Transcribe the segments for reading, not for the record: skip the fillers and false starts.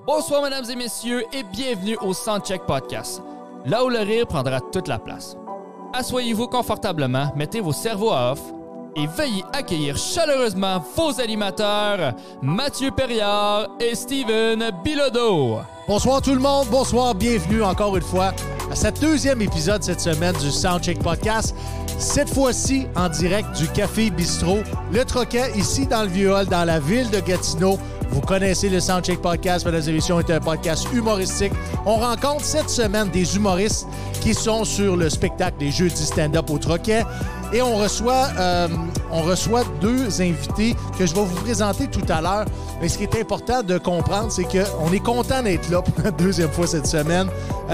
Bonsoir mesdames et messieurs et bienvenue au Soundcheck Podcast, là où le rire prendra toute la place. Assoyez-vous confortablement, mettez vos cerveaux à off et veuillez accueillir chaleureusement vos animateurs, Mathieu Perriard et Steven Bilodeau. Bonsoir tout le monde, bonsoir, bienvenue encore une fois à ce deuxième épisode cette semaine du Soundcheck Podcast. Cette fois-ci en direct du Café Bistrot, le Troquet, ici dans le Vieux-Hall, dans la ville de Gatineau. Vous connaissez le Soundcheck Podcast, mesdames et messieurs, est un podcast humoristique. On rencontre cette semaine des humoristes qui sont sur le spectacle des jeudis stand-up au Troquet. Et on reçoit deux invités que je vais vous présenter tout à l'heure. Mais ce qui est important de comprendre, c'est qu'on est content d'être là pour la deuxième fois cette semaine.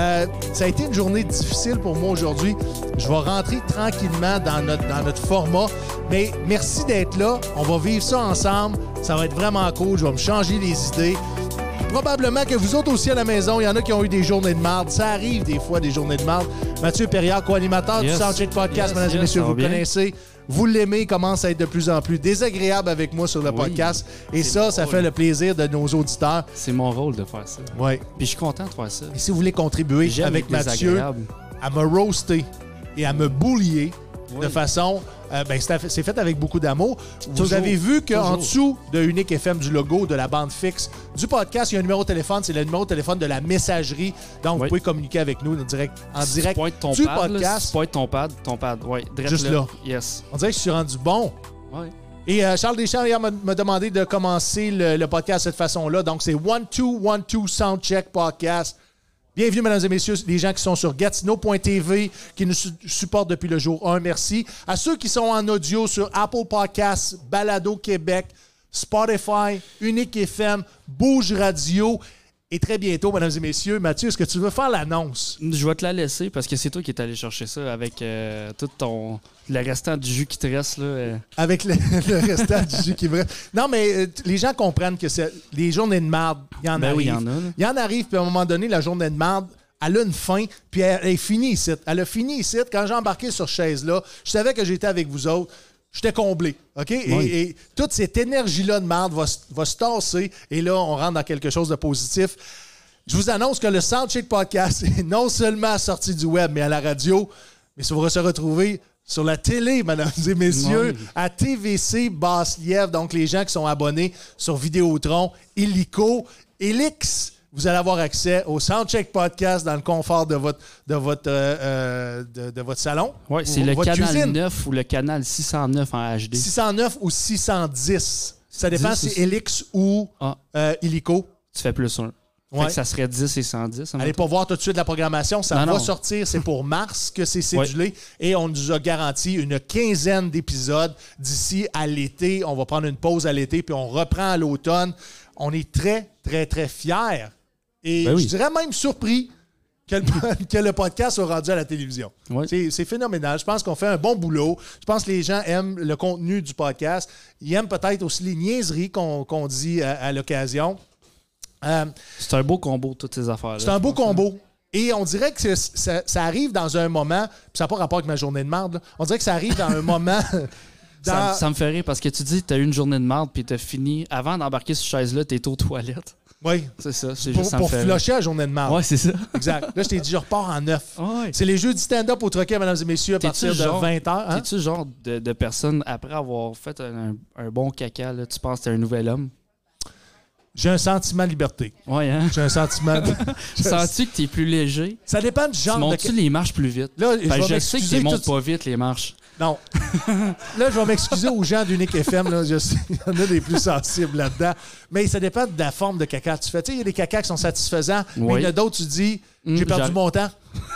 Ça a été une journée difficile pour moi aujourd'hui. Je vais rentrer tranquillement dans notre format. Mais merci d'être là. On va vivre ça ensemble. Ça va être vraiment cool. Je vais me changer les idées. Probablement que vous autres aussi à la maison, il y en a qui ont eu des journées de marde. Ça arrive des fois, des journées de marde. Mathieu Perriard, co-animateur du Soundcheck Podcast, mesdames et messieurs, vous le connaissez. Vous l'aimez, il commence à être de plus en plus désagréable avec moi sur le podcast. Et ça fait le plaisir de nos auditeurs. C'est mon rôle de faire ça. Oui. Puis je suis content de faire ça. Et si vous voulez contribuer avec Mathieu à me roaster et à me bullier de façon... c'est fait avec beaucoup d'amour. Vous avez vu qu'en dessous de Unique FM, du logo, de la bande fixe du podcast, il y a un numéro de téléphone. C'est le numéro de téléphone de la messagerie. Donc, vous pouvez communiquer avec nous en direct du podcast. Tu ton pad. Oui, juste là. Yes. On dirait que je suis rendu bon. Oui. Et Charles Deschamps hier m'a demandé de commencer le podcast de cette façon-là. Donc, c'est 1212 Soundcheck Podcast. Bienvenue, mesdames et messieurs, les gens qui sont sur Gatineau.tv, qui nous supportent depuis le jour 1, merci. À ceux qui sont en audio sur Apple Podcasts, Balado Québec, Spotify, Unique FM, Bouge Radio. Et très bientôt, mesdames et messieurs, Mathieu, est-ce que tu veux faire l'annonce? Je vais te la laisser parce que c'est toi qui es allé chercher ça avec tout le restant du jus qui te reste. Là, Avec le restant du jus qui me reste. Non, mais les gens comprennent que c'est les journées de marde, il y en arrive. Oui, il y en a. Il y en arrive, puis à un moment donné, la journée de marde, elle a une fin, puis elle est finie ici. Elle a fini ici. Quand j'ai embarqué sur cette chaise-là, je savais que j'étais avec vous autres. J'étais comblé, OK? Oui. Et toute cette énergie-là de merde va se tasser. Et là, on rentre dans quelque chose de positif. Je vous annonce que le Soundcheck Podcast est non seulement sorti du web, mais à la radio. Mais ça va se retrouver sur la télé, mesdames et messieurs, à TVC Basse-Lièvre. Donc, les gens qui sont abonnés sur Vidéotron, Illico, Elix, vous allez avoir accès au Soundcheck Podcast dans le confort de votre salon. Oui, c'est le canal cuisine. 9 ou le canal 609 en HD. 609 ou 610. Ça dépend si c'est Elix ou Illico. Tu fais plus un. Ouais. Fait que ça serait 10 et 110. Allez pas voir tout de suite la programmation. Ça va sortir. C'est pour mars que c'est cédulé. Et on nous a garanti une quinzaine d'épisodes d'ici à l'été. On va prendre une pause à l'été, puis on reprend à l'automne. On est très, très, très fiers. Et je dirais même surpris que le podcast soit rendu à la télévision. Oui. C'est phénoménal. Je pense qu'on fait un bon boulot. Je pense que les gens aiment le contenu du podcast. Ils aiment peut-être aussi les niaiseries qu'on dit à l'occasion. C'est un beau combo, toutes ces affaires-là. C'est un beau combo. Et on dirait que ça arrive dans un moment, puis ça n'a pas rapport avec ma journée de marde, là. On dirait que ça arrive dans un moment... Ça me fait rire parce que tu dis que tu as eu une journée de marde puis tu as fini, avant d'embarquer sur cette chaise-là, tu es aux toilettes. Oui. C'est ça. Pour flusher la journée de marde. Oui, c'est ça. Exact. Là, je t'ai dit, je repars en 9. Ouais. C'est les jeux du stand-up au Troquet, mesdames et messieurs, à partir de 20h. Hein? T'es-tu le genre de personne, après avoir fait un bon caca, là, tu penses que t'es un nouvel homme? J'ai un sentiment de liberté. Oui, hein? J'ai un sentiment de... Sens-tu que t'es plus léger? Ça dépend du genre. Tu montes-tu les marches plus vite? Là, je sais que tu montes pas vite, les marches. Non. Là, je vais m'excuser aux gens d'Unique FM. Là, il y en a des plus sensibles là-dedans. Mais ça dépend de la forme de caca que tu fais. Tu sais, il y a des cacas qui sont satisfaisants, mais il y en a d'autres, tu dis, j'ai perdu mon temps.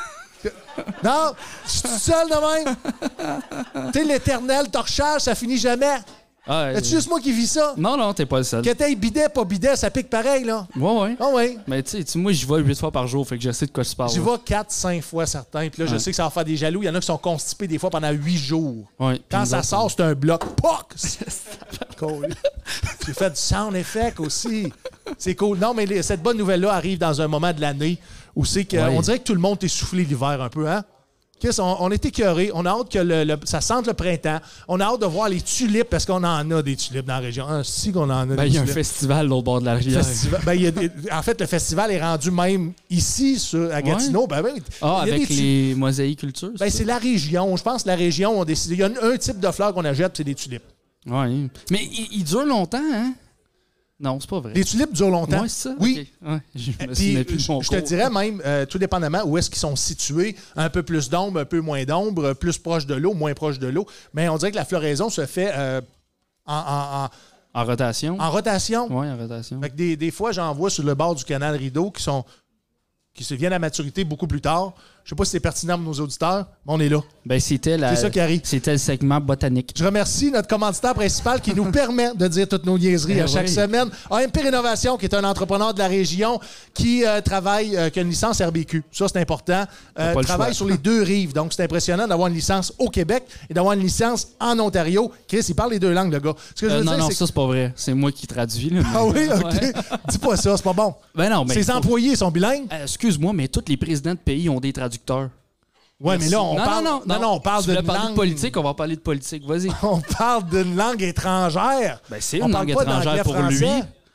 Non, je suis tout seul de même. Tu sais, l'éternel torchage, ça finit jamais. Est-ce juste moi qui vis ça? Non, t'es pas le seul. Que t'aies bidet, pas bidet, ça pique pareil, là. Oui. Ah oui. Mais tu sais, moi, j'y vais 8 fois par jour, fait que je sais de quoi tu parles. J'y vais 4-5 fois certains, puis là, je sais que ça va faire des jaloux. Il y en a qui sont constipés des fois pendant 8 jours. Ouais, quand ça sort, c'est un bloc. Poc! Cool. J'ai fait du sound effect aussi. C'est cool. Non, mais cette bonne nouvelle-là arrive dans un moment de l'année où c'est qu'on dirait que tout le monde est soufflé l'hiver un peu, hein? Chris, on est écœurés. On a hâte que ça sente le printemps. On a hâte de voir les tulipes parce qu'on en a des tulipes dans la région. Ah, si qu'on en a des tulipes. Il y a un festival l'autre bord de la rivière. En fait, le festival est rendu même ici, à Gatineau. Avec les mosaïcultures. C'est la région. Je pense que la région a décidé. Il y a un type de fleurs qu'on achète, c'est des tulipes. Oui. Mais ils durent longtemps, hein? Non, c'est pas vrai. Les tulipes durent longtemps. Oui, c'est ça? Oui. Okay. Ouais, je te dirais même, tout dépendamment où est-ce qu'ils sont situés, un peu plus d'ombre, un peu moins d'ombre, plus proche de l'eau, moins proche de l'eau. Mais on dirait que la floraison se fait en rotation. En rotation. Oui, en rotation. Fait que des fois, j'en vois sur le bord du canal Rideau qui se viennent à maturité beaucoup plus tard. Je ne sais pas si c'est pertinent pour nos auditeurs, mais on est là. C'est ça qui arrive. C'était le segment botanique. Je remercie notre commanditaire principal qui nous permet de dire toutes nos niaiseries à chaque semaine. AMP Rénovation, qui est un entrepreneur de la région qui travaille, qui a une licence RBQ. Ça, c'est important. Travaille sur les deux rives. Donc, c'est impressionnant d'avoir une licence au Québec et d'avoir une licence en Ontario. Chris, il parle les deux langues, le gars. Non, ça, c'est pas vrai. C'est moi qui traduis. Là, Ah oui? OK. Dis pas ça, c'est pas bon. Non, mais ses employés sont bilingues? Excuse-moi, mais tous les présidents de pays ont des traducteurs. Oui, mais là, on parle de langue... politique, on va parler de politique. Vas-y. On parle d'une langue étrangère. C'est une langue étrangère pour lui.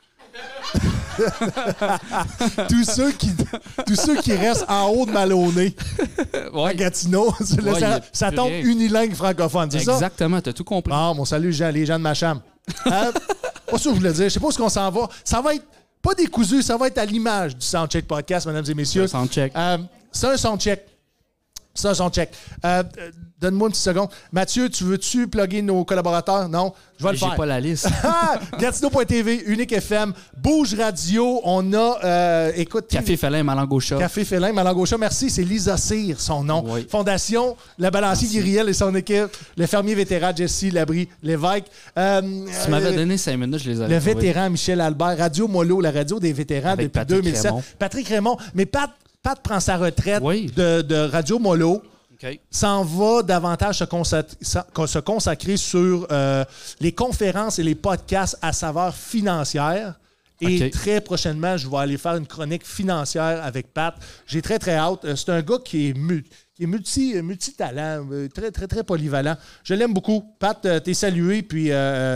tous ceux qui restent en haut de Maloney à Gatineau, ça tombe unilingue francophone, c'est ça? Exactement, t'as tout compris. Bon, salut les gens de ma chambre. Pas ça que je voulais dire. Je sais pas où on s'en va. Ça va être pas décousu, ça va être à l'image du Soundcheck Podcast, mesdames et messieurs. Soundcheck. C'est un soundcheck. C'est un soundcheck. Donne-moi une petite seconde. Mathieu, tu veux-tu plugger nos collaborateurs? Non? Je vais le faire. J'ai pas la liste. Gatineau.tv, Unique FM, Bouge Radio. On a... écoute... Café Félin, Malangocha. Café Félin, Malangocha. Merci. C'est Lisa Cyr, son nom. Oui. Fondation, la balancier Guiriel et son équipe. Le fermier vétéran Jesse Labrie Lévesque. Tu m'avais donné 5 minutes, je les avais. Le vétéran Michel Albert. Radio Molo, la radio des vétérans avec depuis Patrick 2007. Raymond. Patrick Raymond. Mais Pat prend sa retraite oui. de Radio Molo. Okay. S'en va davantage se consacrer sur les conférences et les podcasts à saveur financière. Et très prochainement, je vais aller faire une chronique financière avec Pat. J'ai très, très hâte. C'est un gars qui est multi-talent, très, très, très polyvalent. Je l'aime beaucoup. Pat, t'es salué, puis...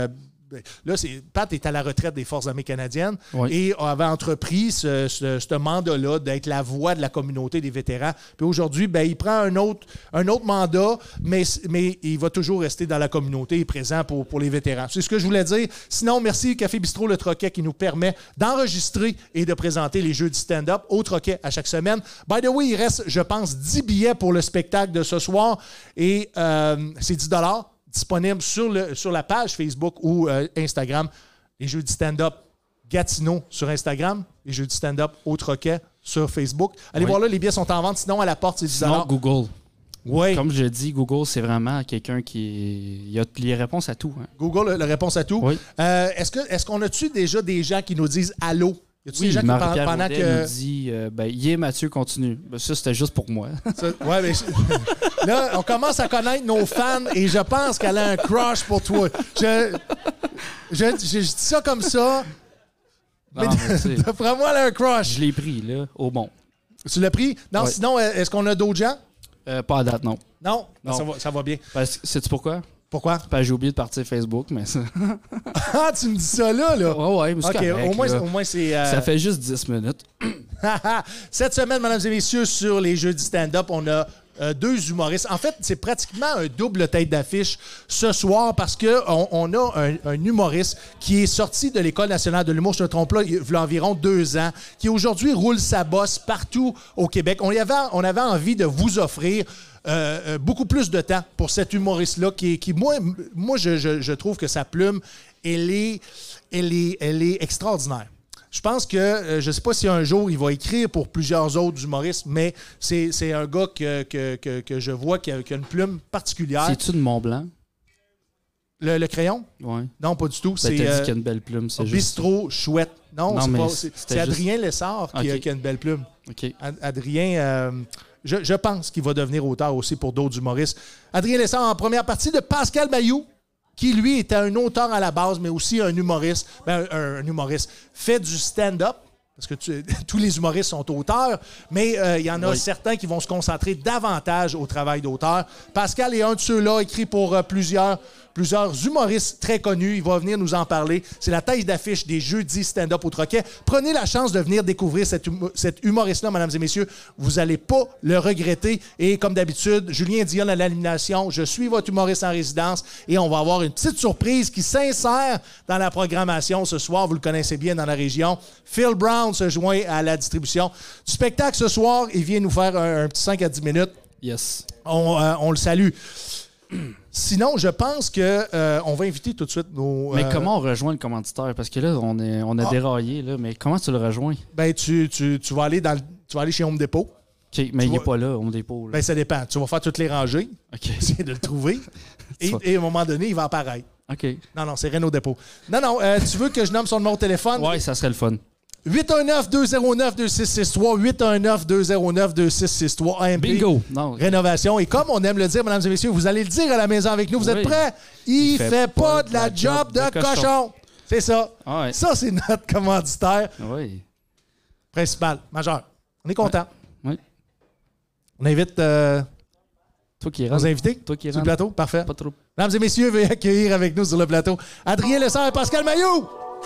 Là, Pat est à la retraite des Forces armées canadiennes et avait entrepris ce mandat-là d'être la voix de la communauté des vétérans. Puis aujourd'hui, il prend un autre mandat, mais il va toujours rester dans la communauté et présent pour les vétérans. C'est ce que je voulais dire. Sinon, merci Café Bistrot Le Troquet qui nous permet d'enregistrer et de présenter les jeux du stand-up au Troquet à chaque semaine. By the way, il reste, je pense, 10 billets pour le spectacle de ce soir et c'est 10 $. Disponible sur la page Facebook ou Instagram. Les jeux du stand-up Gatineau sur Instagram. Les jeux du stand-up au Troquet sur Facebook. Allez voir là, les billets sont en vente. Sinon, à la porte, c'est 10 $. Sinon, Google. Oui. Comme je dis, Google, c'est vraiment quelqu'un qui... Il a les réponses à tout. Hein. Google, la réponse à tout. Oui. Est-ce qu'on a-tu déjà des gens qui nous disent « Allô » ? Y a-t-il des gens qui Marie-Pierre pendant Audet que... nous dit Mathieu, continue. Ça, c'était juste pour moi. Ouais, mais là, on commence à connaître nos fans et je pense qu'elle a un crush pour toi. Je dis ça comme ça. Non, mais d'après moi, elle a un crush. Je l'ai pris, là, au bon. Tu l'as pris? Non, ouais. Sinon, est-ce qu'on a d'autres gens? Pas à date, non. Non? Ça va bien. Sais-tu pourquoi? Pourquoi? Parce que j'ai oublié de partir Facebook, mais ça... Ah, tu me dis ça là? Ouais, mais c'est correct, au moins c'est... Ça fait juste 10 minutes. Cette semaine, mesdames et messieurs, sur les jeux du stand-up, on a 2 humoristes. En fait, c'est pratiquement un double tête d'affiche ce soir parce qu'on a un humoriste qui est sorti de l'École nationale de l'humour, je ne me trompe pas, il y a environ 2 ans, qui aujourd'hui roule sa bosse partout au Québec. On avait envie de vous offrir beaucoup plus de temps pour cet humoriste-là qui moi je trouve que sa plume, elle est extraordinaire. Je pense que, je ne sais pas si un jour il va écrire pour plusieurs autres humoristes, mais c'est un gars que je vois qui a une plume particulière. C'est-tu de Mont-Blanc? Le crayon? Oui. Non, pas du tout. T'as dit qu'il y a une belle plume, c'est juste... Bistrot Chouette. Non, c'est Adrien Lessard qui a une belle plume. Okay. Adrien... Je pense qu'il va devenir auteur aussi pour d'autres humoristes. Adrien Lessard en première partie de Pascal Mayou, qui, lui, était un auteur à la base, mais aussi un humoriste. Un humoriste. Fait du stand-up. parce que tous les humoristes sont auteurs, mais il y en a certains qui vont se concentrer davantage au travail d'auteur. Pascal est un de ceux-là, écrit pour plusieurs humoristes très connus. Il va venir nous en parler. C'est la tête d'affiche des jeudis stand-up au Troquet. Prenez la chance de venir découvrir cet humoriste-là, mesdames et messieurs. Vous n'allez pas le regretter. Et comme d'habitude, Julien Dionne à l'animation. Je suis votre humoriste en résidence et on va avoir une petite surprise qui s'insère dans la programmation ce soir. Vous le connaissez bien dans la région. Phil Brown se joint à la distribution du spectacle ce soir. Il vient nous faire un petit 5 à 10 minutes. Yes. On le salue. Sinon, je pense qu'on va inviter tout de suite nos... Mais comment on rejoint le commanditaire? Parce que là, on a déraillé, là, mais comment tu le rejoins? Ben, tu vas aller tu vas aller chez Home Depot. OK, mais il n'est pas là, Home Depot. Là. Ben, ça dépend. Tu vas faire toutes les rangées. OK. Essayer de le trouver. et à un moment donné, il va apparaître. OK. Non, c'est Renault Dépôt. Non, tu veux que je nomme son numéro de téléphone? Oui, ça serait le fun. 819-209-2663, 819-209-2663, AMP. Bingo! Non. Rénovation. Et comme on aime le dire, mesdames et messieurs, vous allez le dire à la maison avec nous. Vous êtes prêts? Il fait pas de la job de cochon. C'est ça. Ouais. Ça, c'est notre commanditaire principal, majeur. On est content. Oui. On invite Toi qui nos invités sur le plateau. Parfait. Pas trop. Mesdames et messieurs, veuillez accueillir avec nous sur le plateau Adrien Lessard et Pascal Mailloux.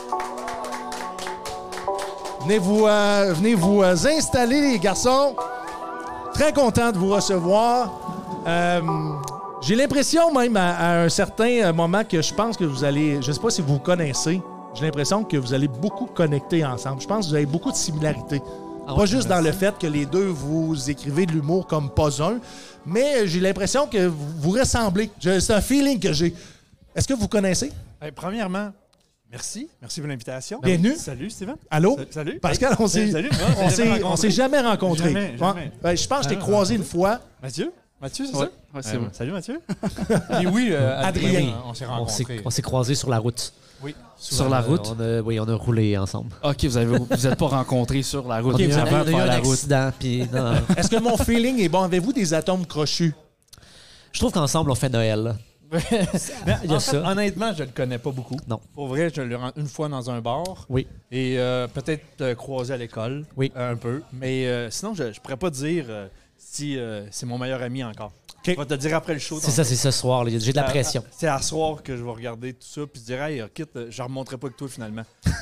Venez vous installer, les garçons. Très content de vous recevoir. J'ai l'impression, même à un certain moment, que je pense que vous allez... Je ne sais pas si vous vous connaissez. J'ai l'impression que vous allez beaucoup connecter ensemble. Je pense que vous avez beaucoup de similarités. Pas juste dans le fait que les deux, vous écrivez de l'humour comme pas un, mais j'ai l'impression que vous ressemblez. C'est un feeling que j'ai. Est-ce que vous connaissez? Premièrement, merci. Merci pour l'invitation. Bienvenue. Salut, Steven. Allô? Salut. Pascal, on s'est jamais rencontrés. Jamais. Je pense que je t'ai croisé une fois. Mathieu, c'est ça? Ouais, c'est vrai. Salut, Mathieu. Et oui, Adrien. on s'est rencontrés. On s'est croisés sur la route. Oui. Sur la route? On a roulé ensemble. OK, vous n'êtes pas rencontrés sur la route. OK, On a avant de eu faire un la route. accident. Puis, non. Est-ce que mon feeling est bon? Avez-vous des atomes crochus? Je trouve qu'ensemble, on fait Noël. Là. Il y a ça. Honnêtement, je ne le connais pas beaucoup. Non. Pour vrai, je le rends une fois dans un bar. Oui. Et peut-être croisé à l'école. Oui. Un peu. Mais sinon, je ne pourrais pas dire si c'est mon meilleur ami encore. OK. Je vais te dire après le show. C'est ça, c'est ce soir. Là. J'ai de la pression. C'est à soir que je vais regarder tout ça puis je dirais, hey, quitte, je ne remonterai pas que toi finalement.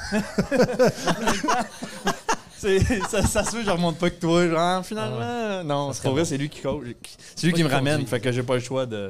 Ça se fait, je remonte pas que toi. Genre, finalement, non, c'est pas vrai, c'est lui qui coach. C'est lui qui me ramène, fait que j'ai pas le choix de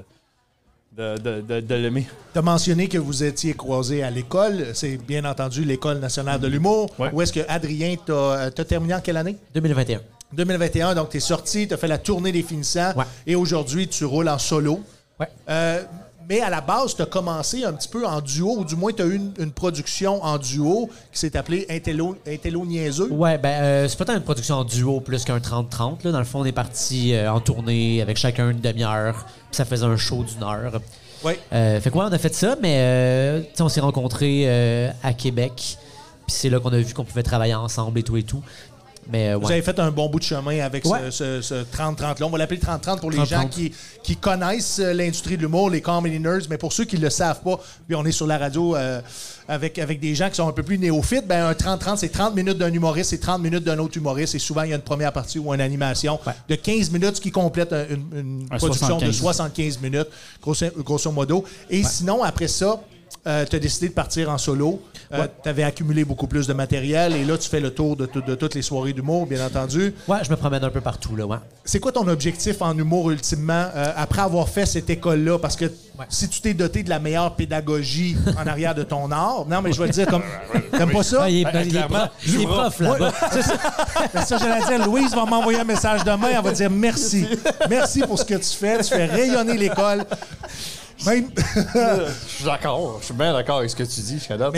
l'aimer. Tu as mentionné que vous étiez croisés à l'école. C'est bien entendu l'École nationale de l'humour. Ouais. Où est-ce que Adrien, t'as terminé en quelle année? 2021. 2021, donc tu es sorti, tu as fait la tournée des finissants. Ouais. Et aujourd'hui, tu roules en solo. Ouais. Mais à la base, tu as commencé un petit peu en duo, ou du moins tu as eu une production en duo qui s'est appelée Intello Niaiseux. Ouais, c'est peut-être une production en duo plus qu'un 30-30. Là. Dans le fond, on est parti en tournée avec chacun une demi-heure. Puis ça faisait un show d'1 heure. Ouais. Fait quoi, on a fait ça, mais on s'est rencontrés à Québec. Puis c'est là qu'on a vu qu'on pouvait travailler ensemble et tout et tout. Mais, Vous avez fait un bon bout de chemin avec ce 30-30-là. On va l'appeler 30-30 pour les 30-30. gens qui connaissent l'industrie de l'humour, les comedy nerds, mais pour ceux qui ne le savent pas, puis on est sur la radio avec des gens qui sont un peu plus néophytes, un 30-30, c'est 30 minutes d'un humoriste, c'est 30 minutes d'un autre humoriste, et souvent, il y a une première partie ou une animation de 15 minutes, ce qui complète une production 75. de 75 minutes, grosso modo. Et sinon, après ça, tu as décidé de partir en solo. Tu avais accumulé beaucoup plus de matériel et là, tu fais le tour de toutes les soirées d'humour, bien entendu. Ouais, je me promène un peu partout, là, ouais. C'est quoi ton objectif en humour, ultimement, après avoir fait cette école-là? Parce que si tu t'es doté de la meilleure pédagogie en arrière de ton art... Non, mais je vais le dire comme... T'aimes pas ça? Il est prof, là-bas. C'est ça, j'allais dire. Louise va m'envoyer un message demain. Elle va dire merci. Merci pour ce que tu fais. Tu fais rayonner l'école. Même... Je suis d'accord. Je suis bien d'accord avec ce que tu dis.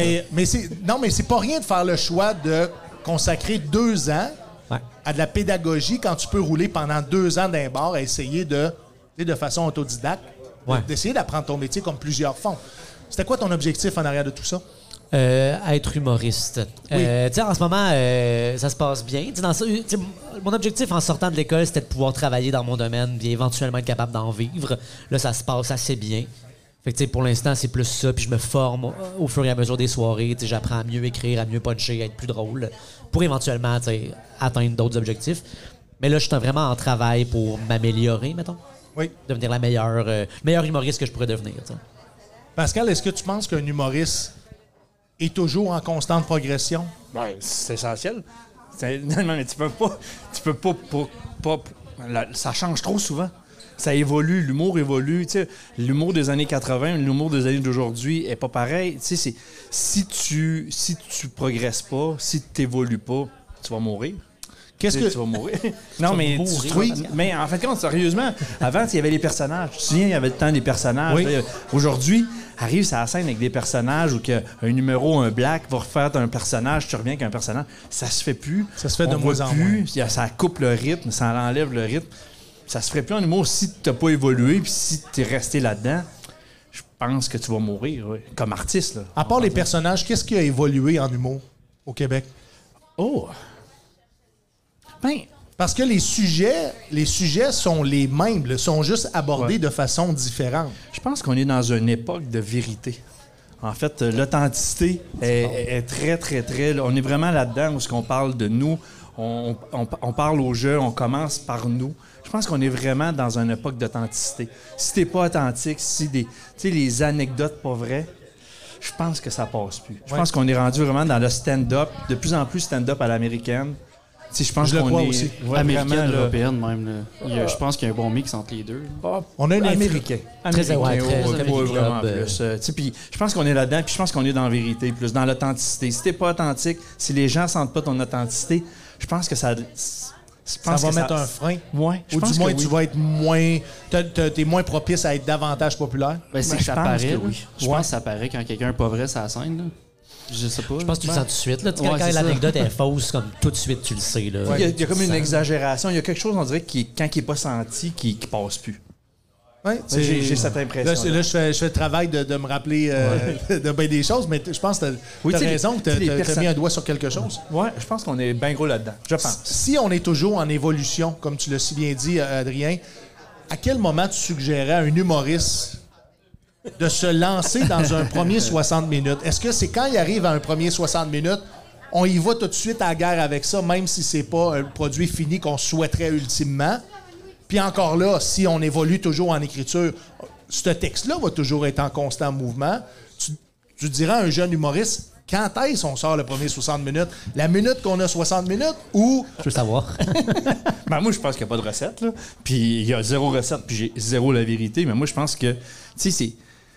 mais c'est pas rien de faire le choix de consacrer 2 ans à de la pédagogie quand tu peux rouler pendant 2 ans d'un bar à essayer de façon autodidacte, d'essayer d'apprendre ton métier comme plusieurs font. C'était quoi ton objectif en arrière de tout ça? Être humoriste. Oui. En ce moment, ça se passe bien. Mon objectif en sortant de l'école, c'était de pouvoir travailler dans mon domaine et éventuellement être capable d'en vivre. Là, ça se passe assez bien. Fait que, tu sais, pour l'instant, c'est plus ça. Puis je me forme au fur et à mesure des soirées. Tu sais, j'apprends à mieux écrire, à mieux puncher, à être plus drôle pour éventuellement, tu sais, atteindre d'autres objectifs. Mais là, je suis vraiment en travail pour m'améliorer, mettons. Oui. Devenir la meilleure humoriste que je pourrais devenir, tu sais. Pascal, est-ce que tu penses qu'un humoriste est toujours en constante progression? Ouais, c'est essentiel. Non, mais tu peux pas ça change trop souvent. Ça évolue, l'humour évolue. Tu sais, l'humour des années 80, l'humour des années d'aujourd'hui est pas pareil. Tu sais, si tu progresses pas, si tu t'évolues pas, tu vas mourir. Qu'est-ce que tu vas mourir? Non, mais mourir, mais en fait, sérieusement, avant, il y avait les personnages. Tu te souviens, il y avait le temps des personnages. Oui. Là, aujourd'hui, arrive sur la scène avec des personnages ou qu'un numéro, un black, va refaire un personnage, tu reviens avec un personnage. Ça se fait plus. Ça se fait de On moins voit en plus. moins. Ça coupe le rythme, ça enlève le rythme. Ça se ferait plus en humour si tu n'as pas évolué puis si tu es resté là-dedans. Je pense que tu vas mourir, oui. Comme artiste. Là. À part les personnages, qu'est-ce qui a évolué en humour au Québec? Oh! Ben, Parce que les sujets sont les mêmes, là, sont juste abordés de façon différente. je pense qu'on est dans une époque de vérité. En fait, l'authenticité est très, très, très... On est vraiment là-dedans où on parle de nous, on parle au jeu, on commence par nous. Je pense qu'on est vraiment dans une époque d'authenticité. Si t'es pas authentique, si tu sais, les anecdotes pas vraies, je pense que ça passe plus. Je pense qu'on est rendu vraiment dans le stand-up, de plus en plus stand-up à l'américaine. Tu sais, je pense Je le qu'on crois est aussi. Américaine, vraiment, là, européenne même. Là. Je pense qu'il y a un bon mix entre les deux. On a une américain. Très, ouais, très vraiment club, plus. Tu sais, puis je pense qu'on est là-dedans, puis je pense qu'on est dans la vérité, plus dans l'authenticité. Si t'es pas authentique, si les gens sentent pas ton authenticité, je pense que ça va mettre un frein. Ouais, je Ou pense du moins, que tu oui. vas être moins... T'es moins propice à être davantage populaire. Ben, c'est Ben, que je ça pense paraît. que là. oui. Je pense que ça paraît quand quelqu'un est pas vrai sur la scène. Là. Je sais pas. Je pense que tu le sens tout de suite. Là. Tu sais, Ouais, quand c'est ça. l'anecdote est fausse, comme tout de suite, tu le sais. Là. Il y a comme Tu une sens. exagération. Il y a quelque chose, on dirait, quand il n'est pas senti, qui passe plus. Ouais, J'ai cette impression. Là, je fais le travail de me rappeler de bien des choses, mais je pense que Oui, tu as tu sais, raison, tu les as personnes- mis un doigt sur quelque chose. Ouais, je pense qu'on est bien gros là-dedans. Je pense. Si on est toujours en évolution, comme tu l'as si bien dit, Adrien, à quel moment tu suggérais à un humoriste de se lancer dans un premier 60 minutes? Est-ce que c'est quand il arrive à un premier 60 minutes, on y va tout de suite à la guerre avec ça, même si c'est pas un produit fini qu'on souhaiterait ultimement? Puis encore là, si on évolue toujours en écriture, ce texte-là va toujours être en constant mouvement. Tu dirais à un jeune humoriste, quand est-ce qu'on sort le premier 60 minutes? La minute qu'on a 60 minutes ou... Je veux savoir. Ben, moi, je pense qu'il n'y a pas de recette. Là. Puis il y a zéro recette, puis j'ai zéro la vérité. Mais moi, je pense que... Tu sais,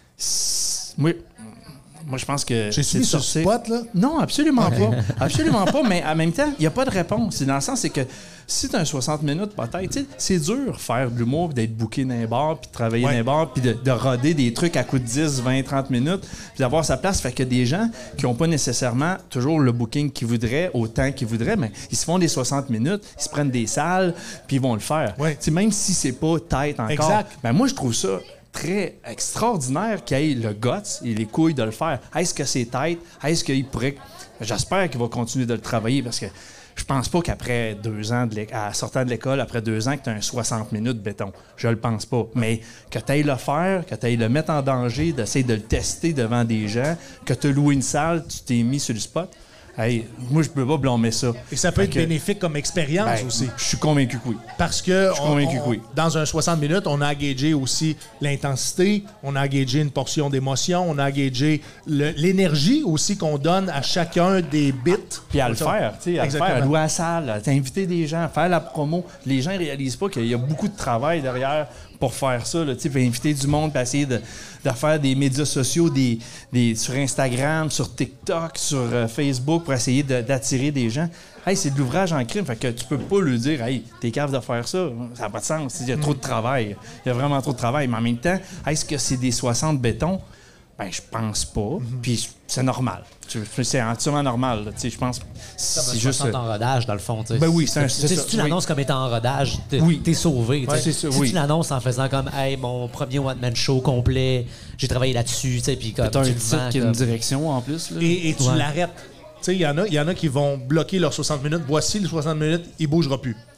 moi, je pense que... J'ai suivi sur c'est- spot, là. Non, absolument pas. Absolument pas, mais en même temps, il n'y a pas de réponse. C'est dans le sens, c'est que si tu as un 60 minutes, peut-être, tu sais, c'est dur faire de l'humour, puis d'être booké dans les bars, puis de travailler dans les bars, puis de roder des trucs à coups de 10, 20, 30 minutes, puis d'avoir sa place. Fait que des gens qui n'ont pas nécessairement toujours le booking qu'ils voudraient, autant qu'ils voudraient, mais ils se font des 60 minutes, ils se prennent des salles, puis ils vont le faire. Ouais. Tu sais, même si c'est pas tête encore. Exact. Ben moi, je trouve ça très extraordinaire qu'il ait le guts et les couilles de le faire. Est-ce que c'est tête? Est-ce qu'il pourrait... J'espère qu'il va continuer de le travailler parce que je pense pas qu'après 2 ans, à sortant de l'école, après 2 ans, que tu as un 60 minutes béton. Je le pense pas. Mais que tu ailles le faire, que tu ailles le mettre en danger, d'essayer de le tester devant des gens, que tu as loué une salle, tu t'es mis sur le spot. Hey, moi, je peux pas blâmer ça. Et ça peut Fait être que, bénéfique comme expérience ben, aussi. Je suis convaincu que oui. Parce que suis convaincu que oui. dans un 60 minutes, on a gagé aussi l'intensité, on a gagé une portion d'émotion, on a gagé l'énergie aussi qu'on donne à chacun des bits. Puis à le faire, tu sais, à le Exactement. faire, à louer la salle, à t'inviter des gens, à faire la promo. Les gens ne réalisent pas qu'il y a beaucoup de travail derrière pour faire ça, là, tu sais, puis inviter du monde, puis essayer de faire des médias sociaux, sur Instagram, sur TikTok, sur Facebook, pour essayer d'attirer des gens. Hey, c'est de l'ouvrage en crime, fait que tu peux pas lui dire, hey, t'es capable de faire ça. Ça n'a pas de sens. Il y a trop de travail. Il y a vraiment trop de travail. Mais en même temps, est-ce que c'est des 60 béton? Ben, je pense pas. Puis c'est normal. C'est entièrement normal. Tu sais, je pense que c'est juste... en rodage, dans le fond. Tu sais. Ben oui, c'est Tu sais, ça. Si tu l'annonces comme étant en rodage, Oui. t'es sauvé. tu sais. c'est ça, Si oui. tu l'annonces en faisant comme, hey, mon premier one-man show complet, j'ai travaillé là-dessus, tu sais, puis comme T'as un tu le titre vends qui a une comme- direction en plus. Là. Et tu Ouais. l'arrêtes. Tu sais, il y en a qui vont bloquer leurs 60 minutes. Voici les 60 minutes, il bougera plus.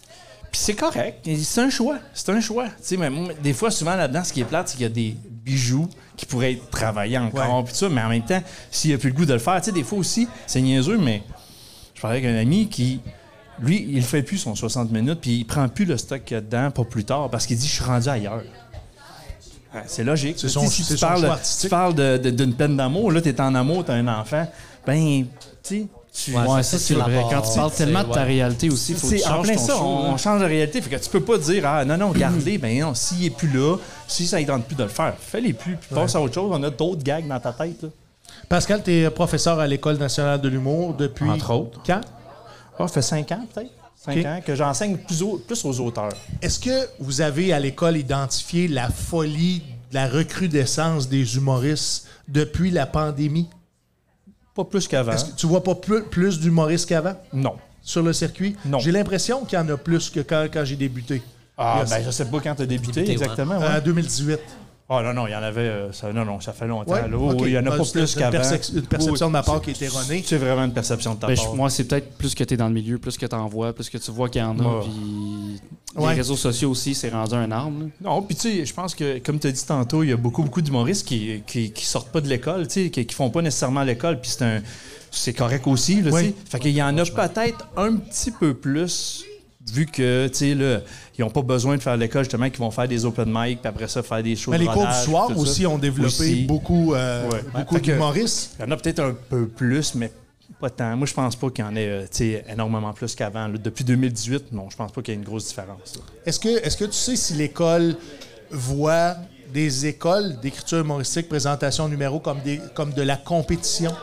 Puis c'est correct. C'est un choix. C'est un choix. Tu sais, mais moi, des fois, souvent, là-dedans, ce qui est plate, c'est qu'il y a des bijoux qui pourraient être travaillés encore. Puis ça, mais en même temps, s'il n'y a plus le goût de le faire, tu sais, des fois aussi, c'est niaiseux, mais je parlais avec un ami qui, lui, il fait plus son 60 minutes, puis il prend plus le stock qu'il y a dedans pour plus tard, parce qu'il dit, je suis rendu ailleurs. Ouais, c'est logique. C'est son choix artistique. Tu parles d'une peine d'amour, là, t'es en amour, t'as un enfant, ben, tu sais... Ouais, ça, c'est vrai. Quand tu parles tellement de ta réalité aussi, il faut que tu C'est en changes plein ton ça, show, on là. change de réalité. Fait que tu peux pas dire, ah non, regardez, ben non, s'il est plus là, si ça ne tente plus de le faire, fais-les plus, puis passe à autre chose. On a d'autres gags dans ta tête, là. Pascal, tu es professeur à l'École nationale de l'humour depuis... Entre autres. Quand? Ah, ça fait 5 ans, peut-être. 5 OK. ans que j'enseigne plus aux auteurs. Est-ce que vous avez à l'école identifié la folie, la recrudescence des humoristes depuis la pandémie? Pas plus qu'avant. Est-ce que tu vois pas plus d'humoristes qu'avant Non. sur le circuit? Non. J'ai l'impression qu'il y en a plus que quand j'ai débuté. Ah, Yes. ben je sais pas quand tu as débuté Débuté, exactement. Ouais. 2018. Ah non, il y en avait... ça fait longtemps. Ouais, Là. ok. Il y en a pas C'est plus une qu'avant. une perception de ma part Oui, qui est erronée. C'est vraiment une perception de ta Ben, part. moi, c'est peut-être plus que tu es dans le milieu, plus que tu en vois, plus que tu vois qu'il y en a. Ouais. Puis Ouais. les réseaux sociaux aussi, c'est rendu un arme. Là. Non, puis tu sais, je pense que, comme tu as dit tantôt, il y a beaucoup d'humoristes qui sortent pas de l'école, tu sais, qui font pas nécessairement l'école, puis c'est correct aussi, là, Oui. tu sais. Fait qu'il y en a peut-être un petit peu plus, vu que, tu sais, là, ils n'ont pas besoin de faire l'école, justement, qu'ils vont faire des open mic, puis après ça, faire des shows Mais de les cours du rodage, soir tout ça. aussi ont développé Aussi. beaucoup Fait que- d'humoristes. Il y en a peut-être un peu plus, mais pas tant. Moi, je pense pas qu'il y en ait tu sais, énormément plus qu'avant. Là. Depuis 2018, non, je pense pas qu'il y ait une grosse différence. Là. Est-ce que tu sais si l'école voit des écoles d'écriture humoristique, présentation numéro comme de la compétition?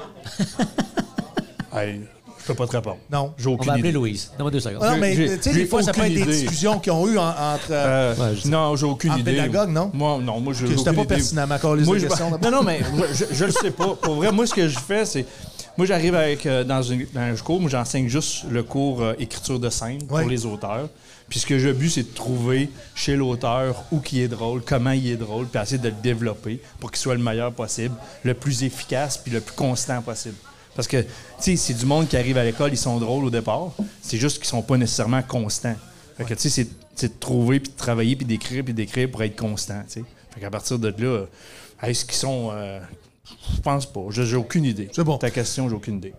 Hey, je peux pas te répondre. Non. J'ai On aucune va appeler idée. Louise. Donne-moi 2 secondes. Non, mais j'ai- tu sais, j'ai des fois, ça peut aucune être des idée. discussions qu'ils ont eues entre... Ouais, je- Non, j'ai aucune En idée. pédagogue, non? Moi, j'ai que aucune c'était pas idée. pertinemment encore les Moi, questions. non, mais je le sais pas. Pour vrai, moi, ce que je fais, c'est... Moi, j'arrive avec dans un cours, moi, j'enseigne juste le cours écriture de scène pour Ouais. les auteurs. Puis ce que j'ai but, c'est de trouver chez l'auteur où qui est drôle, comment il est drôle, puis essayer de le développer pour qu'il soit le meilleur possible, le plus efficace, puis le plus constant possible. Parce que, tu sais, c'est du monde qui arrive à l'école, ils sont drôles au départ. C'est juste qu'ils sont pas nécessairement constants. Fait que, tu sais, c'est de trouver, puis de travailler, puis d'écrire pour être constant, tu sais. Fait qu'à partir de là, est-ce qu'ils sont... je pense pas. J'ai aucune idée. C'est bon. Ta question, j'ai aucune idée.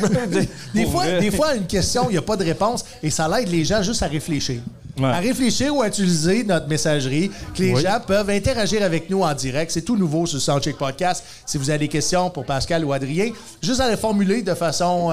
Des fois, une question, il n'y a pas de réponse et ça aide les gens juste à réfléchir. Ouais. À réfléchir ou à utiliser notre messagerie, que les Oui. gens peuvent interagir avec nous en direct. C'est tout nouveau sur Soundcheck Podcast. Si vous avez des questions pour Pascal ou Adrien, juste à les formuler de façon...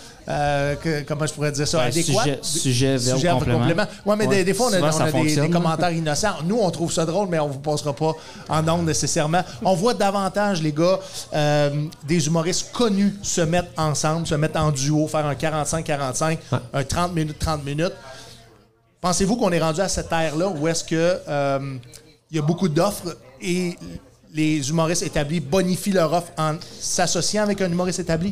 comment je pourrais dire ça? Ben, Adéquate. sujet, verbe, complément. Oui, mais Ouais. des fois, on a Souvent, ça des fonctionne. commentaires innocents. Nous, on trouve ça drôle, mais on vous passera pas en ondes nécessairement. On voit davantage, les gars, des humoristes connus se mettre ensemble, se mettre en duo, faire un 45-45, un 30 minutes. Pensez-vous qu'on est rendu à cette ère-là où est-ce que il y a beaucoup d'offres et les humoristes établis bonifient leur offre en s'associant avec un humoriste établi?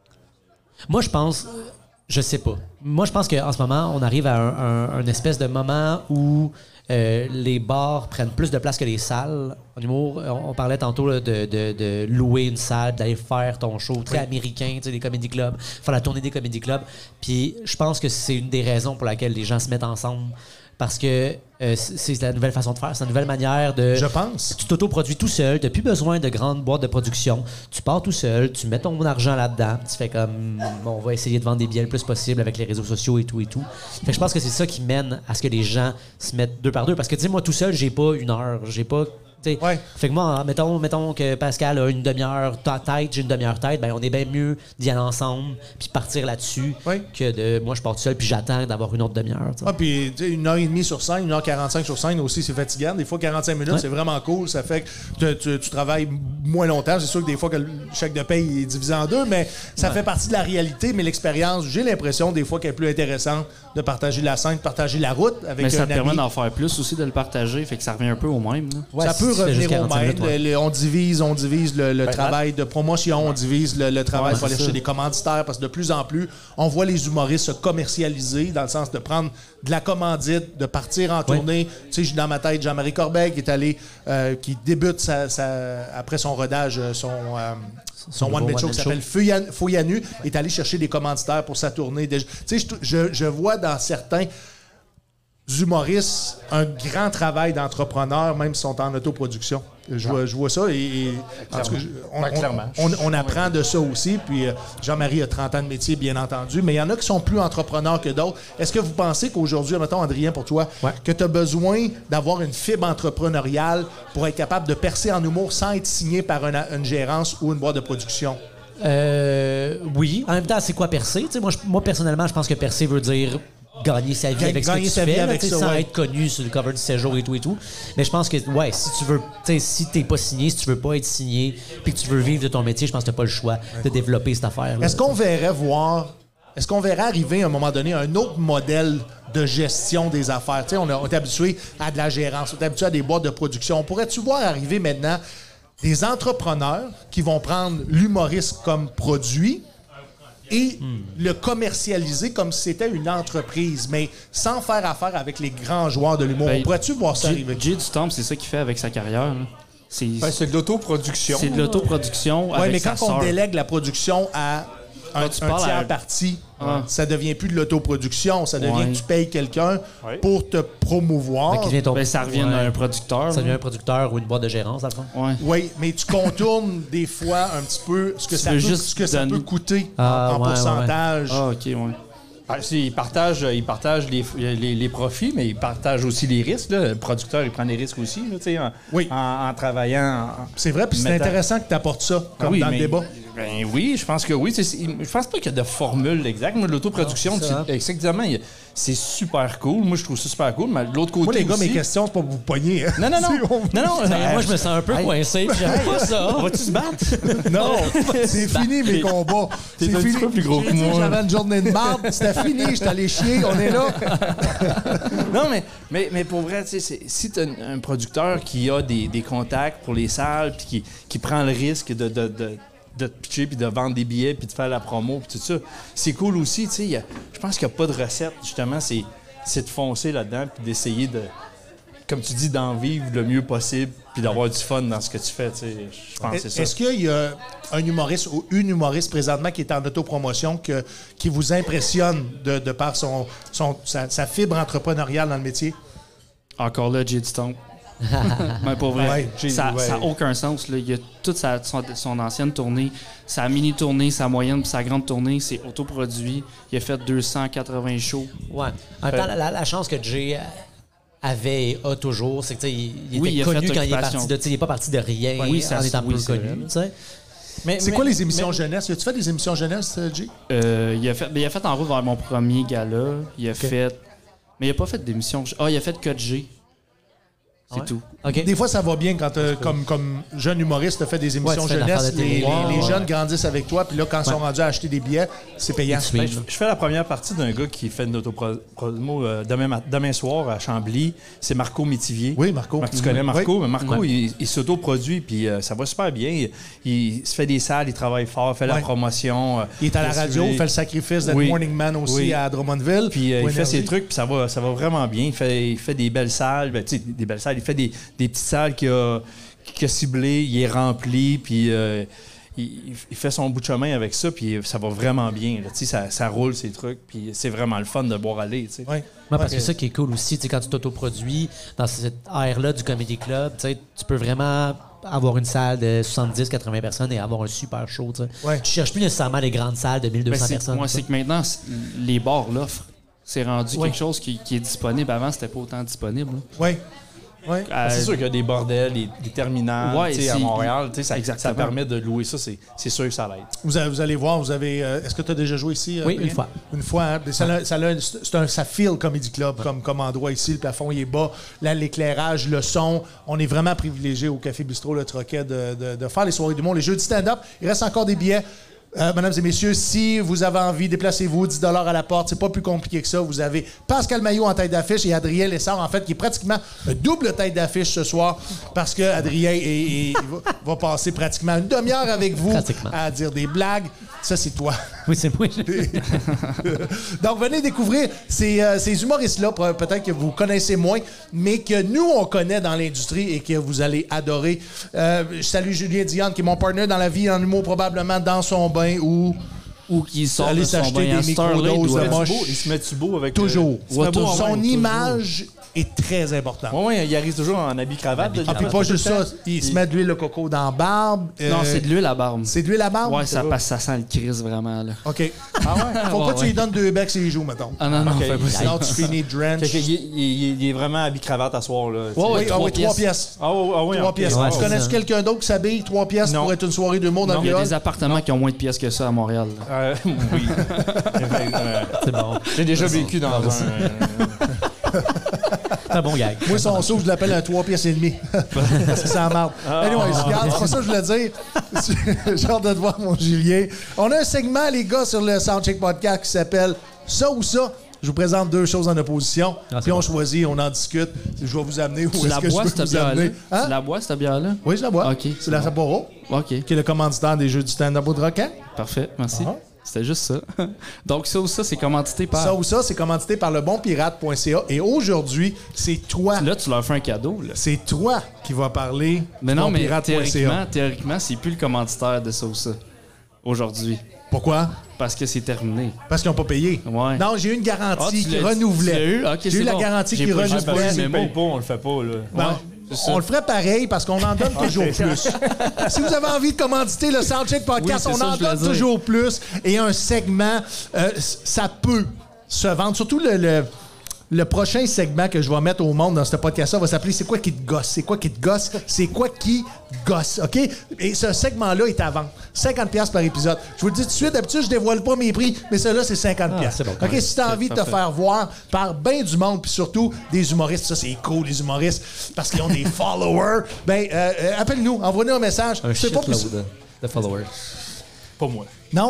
Moi, je pense... Je sais pas. Moi, je pense qu'en ce moment, on arrive à un espèce de moment où les bars prennent plus de place que les salles. En humour, on parlait tantôt là, de louer une salle, d'aller faire ton show très américain, tu sais, les comédie clubs, faire la tournée des comédie clubs. Puis je pense que c'est une des raisons pour laquelle les gens se mettent ensemble. Parce que c'est la nouvelle façon de faire, c'est la nouvelle manière de... Je pense. Tu t'auto-produis tout seul, t'as plus besoin de grandes boîtes de production. Tu pars tout seul, tu mets ton argent là-dedans, tu fais comme, bon, on va essayer de vendre des billets le plus possible avec les réseaux sociaux et tout et tout. Fait que je pense que c'est ça qui mène à ce que les gens se mettent 2 par 2. Parce que, tu sais, moi, tout seul, j'ai pas 1 heure, j'ai pas... t'sais, Ouais. Fait que moi, mettons que Pascal a une demi-heure tête, j'ai une demi-heure tête, ben on est bien mieux d'y aller ensemble puis partir là-dessus Ouais. que de moi je pars tout seul puis j'attends d'avoir une autre demi-heure. t'sais. Ah, puis tu sais, 1h30 sur scène, 1h45 sur scène aussi, c'est fatigant. Des fois, 45 minutes, Ouais. c'est vraiment cool. Ça fait que tu travailles moins longtemps. C'est sûr que des fois, que le chèque de paye est divisé en 2, mais ça fait partie de la réalité. Mais l'expérience, j'ai l'impression des fois qu'elle est plus intéressante de partager la scène, de partager la route avec Mais ça un te permet ami. d'en faire plus aussi, de le partager, fait que ça revient un peu au même. Là. Ouais, Ça si peut tu fais juste revenir au 45 même. minutes, ouais. On divise le travail de promotion, on divise le travail pour aller chercher des commanditaires parce que de plus en plus, on voit les humoristes se commercialiser dans le sens de prendre de la commandite, de partir en tournée. Tu sais, j'ai dans ma tête Jean-Marie Corbeil qui est allé, qui débute après son rodage, son one-man show qui s'appelle Fouillanu, est allé chercher des commanditaires pour sa tournée. Tu sais, je vois dans certains... humoristes un grand travail d'entrepreneur, même s'ils sont en autoproduction. Je vois ça et en tout cas, on apprend de ça aussi. Puis Jean-Marie a 30 ans de métier, bien entendu, mais il y en a qui sont plus entrepreneurs que d'autres. Est-ce que vous pensez qu'aujourd'hui, mettons, Adrien, pour toi, que tu as besoin d'avoir une fibre entrepreneuriale pour être capable de percer en humour sans être signé par une gérance ou une boîte de production? Oui. En même temps, c'est quoi percer? T'sais, moi, personnellement, je pense que percer veut dire gagner sa vie avec ce que tu fais, avec ça, sans être connu sur le cover du séjour et tout. Mais je pense que, si tu veux, si t'es pas signé, si tu veux pas être signé, puis que tu veux vivre de ton métier, je pense que t'as pas le choix de développer cette affaire-là. Est-ce qu'on verrait arriver à un moment donné un autre modèle de gestion des affaires? T'sais, on est habitué à de la gérance, on est habitué à des boîtes de production. Pourrais-tu voir arriver maintenant des entrepreneurs qui vont prendre l'humoriste comme produit et le commercialiser comme si c'était une entreprise, mais sans faire affaire avec les grands joueurs de l'humour? Pourrais-tu voir ça arriver? Jay du Temple, c'est ça qu'il fait avec sa carrière. Là. C'est de l'autoproduction. C'est de l'autoproduction avec mais sa quand on sœur. délègue la production à un tiers parti, ça devient plus de l'autoproduction, ça devient que tu payes quelqu'un pour te promouvoir. Ça revient à un producteur. Ça devient un producteur ou une boîte de gérance, dans le fond. Oui, mais tu contournes des fois un petit peu ce que ça peut coûter en pourcentage. Ah, OK, Il partage les profits, mais il partage aussi les risques. Là. Le producteur, il prend des risques aussi en travaillant. C'est vrai, puis c'est intéressant que tu apportes ça dans le débat. Ben oui, je pense que oui. Je pense pas qu'il y a de formule exacte. Moi, l'autoproduction, exactement, c'est super cool. Moi, je trouve ça super cool. Mais de l'autre côté, moi, les gars, aussi, mes questions, c'est pas pour vous pogner. Hein? Non. Moi, je me sens un peu coincé. J'aime pas ça. Vas-tu se battre? Non, c'est fini, mes combats. C'est un petit peu plus gros que moi. J'avais une journée de marde. C'était fini. J'étais allé chier. On est là. Non, mais pour vrai, si tu as un producteur qui a des contacts pour les salles puis qui prend le risque de te pitcher puis de vendre des billets puis de faire la promo puis tout ça, c'est cool aussi. Je pense qu'il n'y a pas de recette, justement. C'est de foncer là-dedans puis d'essayer de, comme tu dis, d'en vivre le mieux possible puis d'avoir du fun dans ce que tu fais. Je pense que c'est ça. Est-ce qu'il y a un humoriste ou une humoriste présentement qui est en autopromotion qui vous impressionne de par sa fibre entrepreneuriale dans le métier? Encore là, Jay du Temple. Mais pour vrai, ça n'a aucun sens. Là. Il y a toute son ancienne tournée, sa mini-tournée, sa moyenne puis sa grande tournée, c'est autoproduit. Il a fait 280 shows. Ouais. En même temps, la chance que Jay avait et a toujours, c'est qu'il était connu quand il est parti de... Il n'est pas parti de rien en étant plus connu. C'est quoi les émissions jeunesse? As-tu fait des émissions jeunesse, Jay? Il a fait En route vers mon premier gala. Il a fait... Mais il n'a pas fait d'émissions... il a fait Code G. C'est tout. Okay. Des fois, ça va bien quand, comme jeune humoriste, tu as fait des émissions jeunesse. Les jeunes grandissent avec toi, puis là, quand ils sont rendus à acheter des billets, c'est payant. Je fais la première partie d'un gars qui fait une autopromo demain soir à Chambly. C'est Marco Métivier. Oui, Marco. Tu connais Marco? Mais Marco, il s'autoproduit, puis ça va super bien. Il se fait des salles, il travaille fort, fait la promotion. Il est à la radio, il fait le sacrifice d'être Morning Man aussi à Drummondville. Puis il fait ses trucs, puis ça va vraiment bien. Il fait des belles salles. Ben, tu sais, des belles salles. Il fait des petites salles qu'il a ciblées, il est rempli, puis il fait son bout de chemin avec ça, puis ça va vraiment bien. Ça roule, ces trucs, puis c'est vraiment le fun de boire aller. Parce que c'est ça qui est cool aussi, quand tu t'autoproduis dans cette ère-là du Comedy Club, tu peux vraiment avoir une salle de 70-80 personnes et avoir un super show. Tu cherches plus nécessairement les grandes salles de 1200 personnes. Moi, c'est que maintenant, les bars l'offrent. C'est rendu quelque chose qui est disponible. Avant, c'était pas autant disponible. Oui. Ouais. C'est sûr qu'il y a des bordels, des terminales à Montréal. Ça permet de louer ça. C'est sûr que ça l'aide. Vous allez voir, est-ce que tu as déjà joué ici? Oui, une fois. Une fois. Hein? Ça feel Comedy Club comme endroit ici. Le plafond il est bas. Là, l'éclairage, le son. On est vraiment privilégié au Café Bistrot, le Troquet, de faire les soirées du monde. Les jeux de stand-up, il reste encore des billets. Mesdames et messieurs, si vous avez envie, déplacez-vous, 10 $ à la porte. C'est pas plus compliqué que ça. Vous avez Pascal Maillot en tête d'affiche et Adrien Lessard, en fait, qui est pratiquement double tête d'affiche ce soir parce que Adrien va passer pratiquement une demi-heure avec vous à dire des blagues. Ça, c'est toi. Oui, c'est moi. Donc, venez découvrir ces humoristes-là, peut-être que vous connaissez moins, mais que nous, on connaît dans l'industrie et que vous allez adorer. Je salue Julien Dionne, qui est mon partner dans la vie en humour, probablement dans son bain ou Ou qui sort aller de son s'acheter bain à des Starlight microdoses ou de moche. Il se met-tu beau avec... Toujours. Son image image est très importante. Oui, il arrive toujours en habit-cravate. Ah, puis pas juste ça, il se met de l'huile de coco dans la barbe. Non, c'est de l'huile à barbe. C'est de l'huile à barbe? Ouais, parce que ça sent le crise vraiment, là. OK. Ah ouais? Faut pas que tu lui donnes 2 becs sur les joues, mettons. Ah non, Ok. fais pas ça. Sinon, tu finis drench. Il est vraiment habit-cravate à soir, là. Oui, trois 3 pièces. Ah oui, 3 ok. pièces. Ouais, tu c'est connais-tu ça. quelqu'un d'autre qui s'habille 3 pièces Non. pour être une soirée de monde dans le Il y a viol? des appartements qui ont moins de pièces que ça à Montréal. là. Oui. C'est bon. J'ai déjà vécu dans un... C'est un bon gag. Moi, son saut, je l'appelle un 3 pièces et demi. Parce que ça marre. Anyway, regarde, c'est pas ça que je voulais dire. J'ai hâte de te voir, mon Julien. On a un segment, les gars, sur le Soundcheck Podcast qui s'appelle Ça ou ça. Je vous présente 2 choses en opposition. Puis on choisit, on en discute. Je vais vous amener où Tu est-ce la que je bois, peux cette vous bière-là? amener. Hein? Tu la bois, cette bière-là? Oui, je la bois. OK. C'est la Sapporo, OK, qui est le commanditaire des Jeux du stand-up au Dracan. parfait, merci. Ah. C'était juste ça. Donc, ça ou ça, c'est commandité par... Ça ou ça, c'est commandité par lebonpirate.ca. Et aujourd'hui, c'est toi. Là, tu leur fais un cadeau, là. C'est toi qui vas parler Mais non, mais bonpirate.ca. théoriquement, c'est plus le commanditaire de ça ou ça. Aujourd'hui. Pourquoi? Parce que c'est terminé. Parce qu'ils n'ont pas payé. Ouais. Non, j'ai eu une garantie Ah, tu qui l'as- renouvelait. tu l'as eu? Ok, j'ai c'est eu la bon. garantie J'ai qui pas- j'ai renouvelait. pas- Si mais on bon. paye pas, on le fait pas, là. Ben, c'est ça. on le ferait pareil parce qu'on en donne toujours plus. Si vous avez envie de commanditer le Soundcheck Podcast, Oui, c'est on ça, en je voulais donne dire. toujours plus. Et un segment, ça peut se vendre. Surtout le prochain segment que je vais mettre au monde dans ce podcast-là va s'appeler « C'est quoi qui te gosse? C'est quoi qui te gosse? C'est quoi qui gosse? » OK? Et ce segment-là est à vendre. 50$ par épisode. Je vous le dis tout de suite, d'habitude, je dévoile pas mes prix, mais celui-là, c'est 50$. c'est bon. OK? Si tu as envie de te faire voir par bien du monde, puis surtout des humoristes, ça, c'est cool, les humoristes, parce qu'ils ont des followers, ben, appelle-nous, envoie-nous un message. Un C'est pas plus... shitload de followers. Pas moi. Non?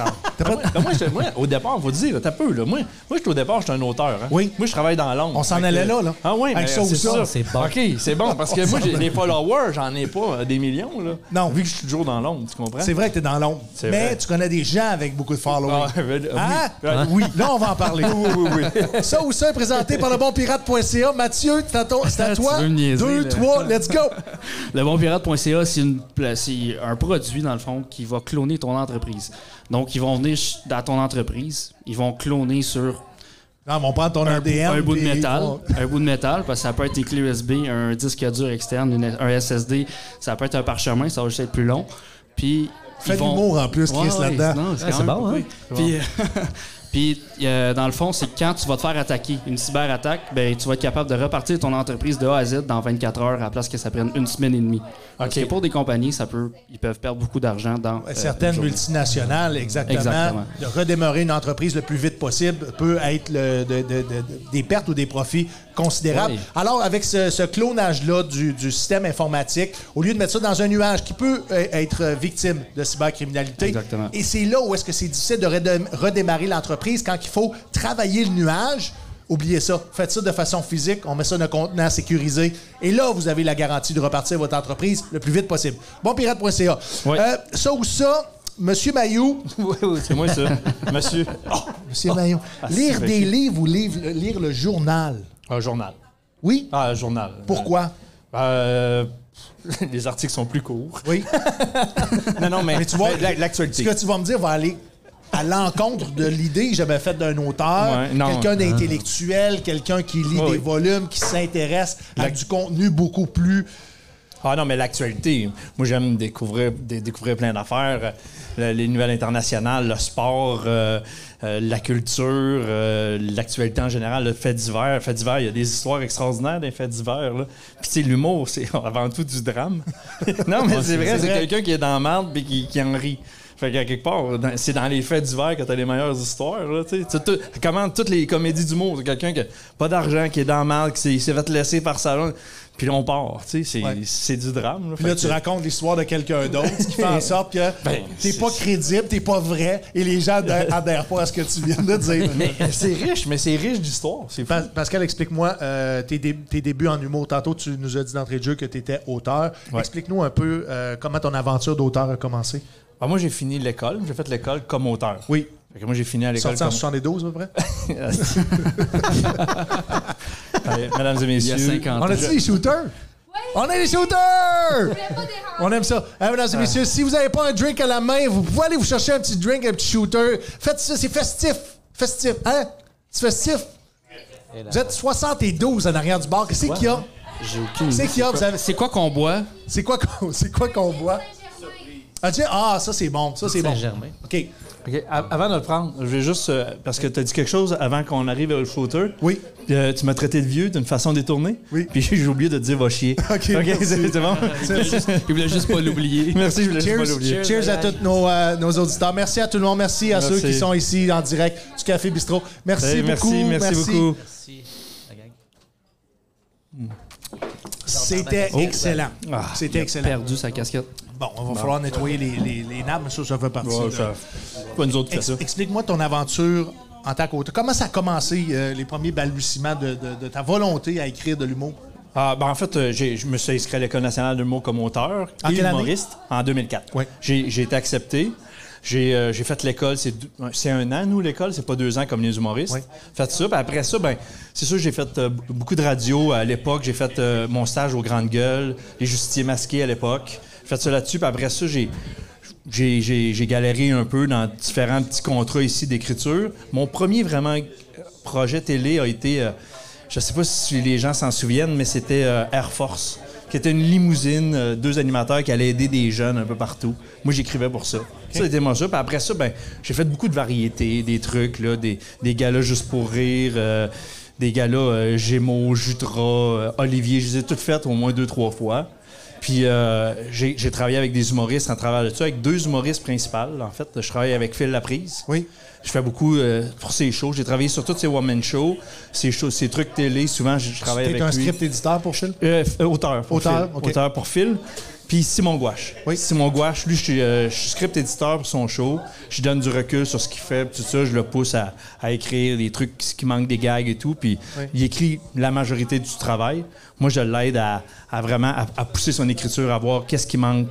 Moi, au départ, on va dire, t'as peu, là. Moi, au départ, j'étais un auteur. Hein. Oui. Moi, je travaille dans l'ombre. On s'en Fait que- allait là. Ah oui, mais Avec ça ou c'est ça. C'est bon. OK, c'est bon, parce que moi, j'ai des followers, j'en ai pas des millions, là. Non. Vu que je suis toujours dans l'ombre, tu comprends? C'est vrai que t'es dans l'ombre. C'est Mais vrai. tu connais des gens avec beaucoup de followers. Ah, oui. Hein? Oui. Là, on va en parler. Oui. Ça ou ça est présenté par lebonpirate.ca. Mathieu, c'est à toi. Tu veux me niaiser, 2, là. 3, let's go. Lebonpirate.ca, c'est un produit, dans le fond, qui va cloner ton entreprise. Donc, ils vont venir dans ton entreprise, ils vont cloner sur Non, mais on prend ton ADN. un bout de puis- métal. Un bout de métal, parce que ça peut être une clé USB, un disque dur externe, un SSD, ça peut être un parchemin, ça va juste être plus long. Puis, Fais ils de vont- l'humour en plus, Chris, là-dedans. non, c'est quand même bon, pas hein? pire. Puis, dans le fond, c'est quand tu vas te faire attaquer, une cyberattaque, ben, tu vas être capable de repartir ton entreprise de A à Z dans 24 heures à la place que ça prenne une semaine et demie. Parce que pour des compagnies, ils peuvent perdre beaucoup d'argent dans Certaines une journée. multinationales, exactement. De redémarrer une entreprise le plus vite possible peut être des pertes ou des profits considérables. Oui. Alors, avec ce clonage-là du système informatique, au lieu de mettre ça dans un nuage qui peut être victime de cybercriminalité, Exactement. et c'est là où est-ce que c'est difficile de redémarrer l'entreprise quand il faut travailler le nuage. Oubliez ça. Faites ça de façon physique. On met ça dans un contenant sécurisé. Et là, vous avez la garantie de repartir votre entreprise le plus vite possible. Bonpirate.ca. Oui. Ça ou ça, Monsieur Mailloux. Oui, c'est moi, ça. Monsieur. Monsieur Mailloux. Lire des livres ou lire le journal. Un journal. Oui? Ah, un journal. Pourquoi? Les articles sont plus courts. Oui. Non, mais tu vois, l'actualité. Ce que tu vas me dire va aller à l'encontre de l'idée que j'avais faite d'un auteur, Ouais, non. quelqu'un d'intellectuel, quelqu'un qui lit Oui. des volumes, qui s'intéresse à du contenu beaucoup plus... Ah non, mais l'actualité. Moi, j'aime découvrir plein d'affaires. Les nouvelles internationales, le sport, la culture, l'actualité en général, le fait divers. Fait divers, il y a des histoires extraordinaires des faits divers. Là. Puis, tu sais, l'humour, c'est avant tout du drame. Non, mais c'est vrai, c'est quelqu'un qui est dans la merde et qui en rit. Fait qu'à quelque part, c'est dans les faits divers que t'as les meilleures histoires. Là, comment toutes les comédies d'humour, c'est quelqu'un qui a pas d'argent, qui est dans le mal, qui s'est fait laisser par salon. Puis là, on part. C'est du drame. Là, Puis là, tu racontes l'histoire de quelqu'un d'autre, ce qui fait en sorte que t'es pas crédible, t'es pas vrai, et les gens adhèrent pas à ce que tu viens de dire. Mais c'est riche d'histoire. C'est fou. Pascal, explique-moi tes débuts en humour. Tantôt, tu nous as dit d'entrée de jeu que tu étais auteur. Ouais. Explique-nous un peu comment ton aventure d'auteur a commencé. Ah, moi, j'ai fini l'école. J'ai fait l'école comme auteur. Oui. Fait que moi, j'ai fini à l'école Sorti en comme... 72, à peu près? Allez, mesdames et Il y a messieurs. 50 On ans. a-tu des shooters? On est les shooters! On aime ça. Mesdames et messieurs, si vous n'avez pas un drink à la main, vous pouvez aller vous chercher un petit drink, un petit shooter. Faites ça, c'est festif. Festif, hein? C'est festif. Vous êtes 72 en arrière du bar. Qu'est-ce qu'il y a? J'ai aucune idée. C'est quoi qu'on boit? C'est quoi qu'on boit? Ça, c'est bon. Ça, c'est bon. Saint-Germain. OK. Avant de le prendre, je vais juste... parce que tu as dit quelque chose avant qu'on arrive au shooter. Oui. Tu m'as traité de vieux d'une façon détournée. Oui. Puis j'ai oublié de te dire « va chier ». OK, c'est bon? Il voulait juste pas l'oublier. Merci, je voulais juste pas l'oublier. Cheers à tous nos auditeurs. Merci à tout le monde. Merci à ceux qui sont ici en direct du Café Bistrot. Merci beaucoup. Merci beaucoup. Merci. C'était excellent. C'était excellent. Perdu sa casquette. Bon, on va falloir nettoyer les nappes, mais ça fait partie. Pas nous autres qui fait ça. Explique-moi ton aventure en tant qu'auteur. Comment ça a commencé, les premiers balbutiements de ta volonté à écrire de l'humour? En fait, je me suis inscrit à l'École nationale de l'humour comme auteur En et quelle année? humoriste en 2004. Oui. J'ai été accepté. J'ai fait l'école, c'est 1 an, nous, l'école, c'est pas 2 ans comme les humoristes. Oui. Fait ça, puis après ça, c'est sûr, j'ai fait beaucoup de radio à l'époque. J'ai fait mon stage aux Grandes Gueules, les Justiciers masqués à l'époque. J'ai fait ça là-dessus, puis après ça, j'ai galéré un peu dans différents petits contrats ici d'écriture. Mon premier vraiment projet télé a été, je sais pas si les gens s'en souviennent, mais c'était Air Force, qui était une limousine, 2 animateurs qui allaient aider des jeunes un peu partout. Moi, j'écrivais pour ça. Ça, c'était moi ça. Puis après ça, j'ai fait beaucoup de variétés, des trucs, là, des galas juste pour rire, des galas Gémeaux, Jutra, Olivier. Je les ai toutes faites au moins 2-3 fois. Puis j'ai travaillé avec des humoristes en travers de ça, avec 2 humoristes principales, en fait. Je travaille avec Phil Laprise. Oui. Je fais beaucoup pour ses shows. J'ai travaillé sur tous ses one-man shows, ses trucs télé. Souvent, je travaille avec lui. Tu es un script éditeur pour Phil? Auteur. Auteur, OK. Auteur pour Phil. Puis Simon Gouache. Oui. Simon Gouache, lui, je suis script éditeur pour son show. Je lui donne du recul sur ce qu'il fait, puis tout ça. Je le pousse à écrire des trucs qui manquent des gags et tout. Puis il écrit la majorité du travail. Moi, je l'aide à vraiment à pousser son écriture, à voir qu'est-ce qui manque,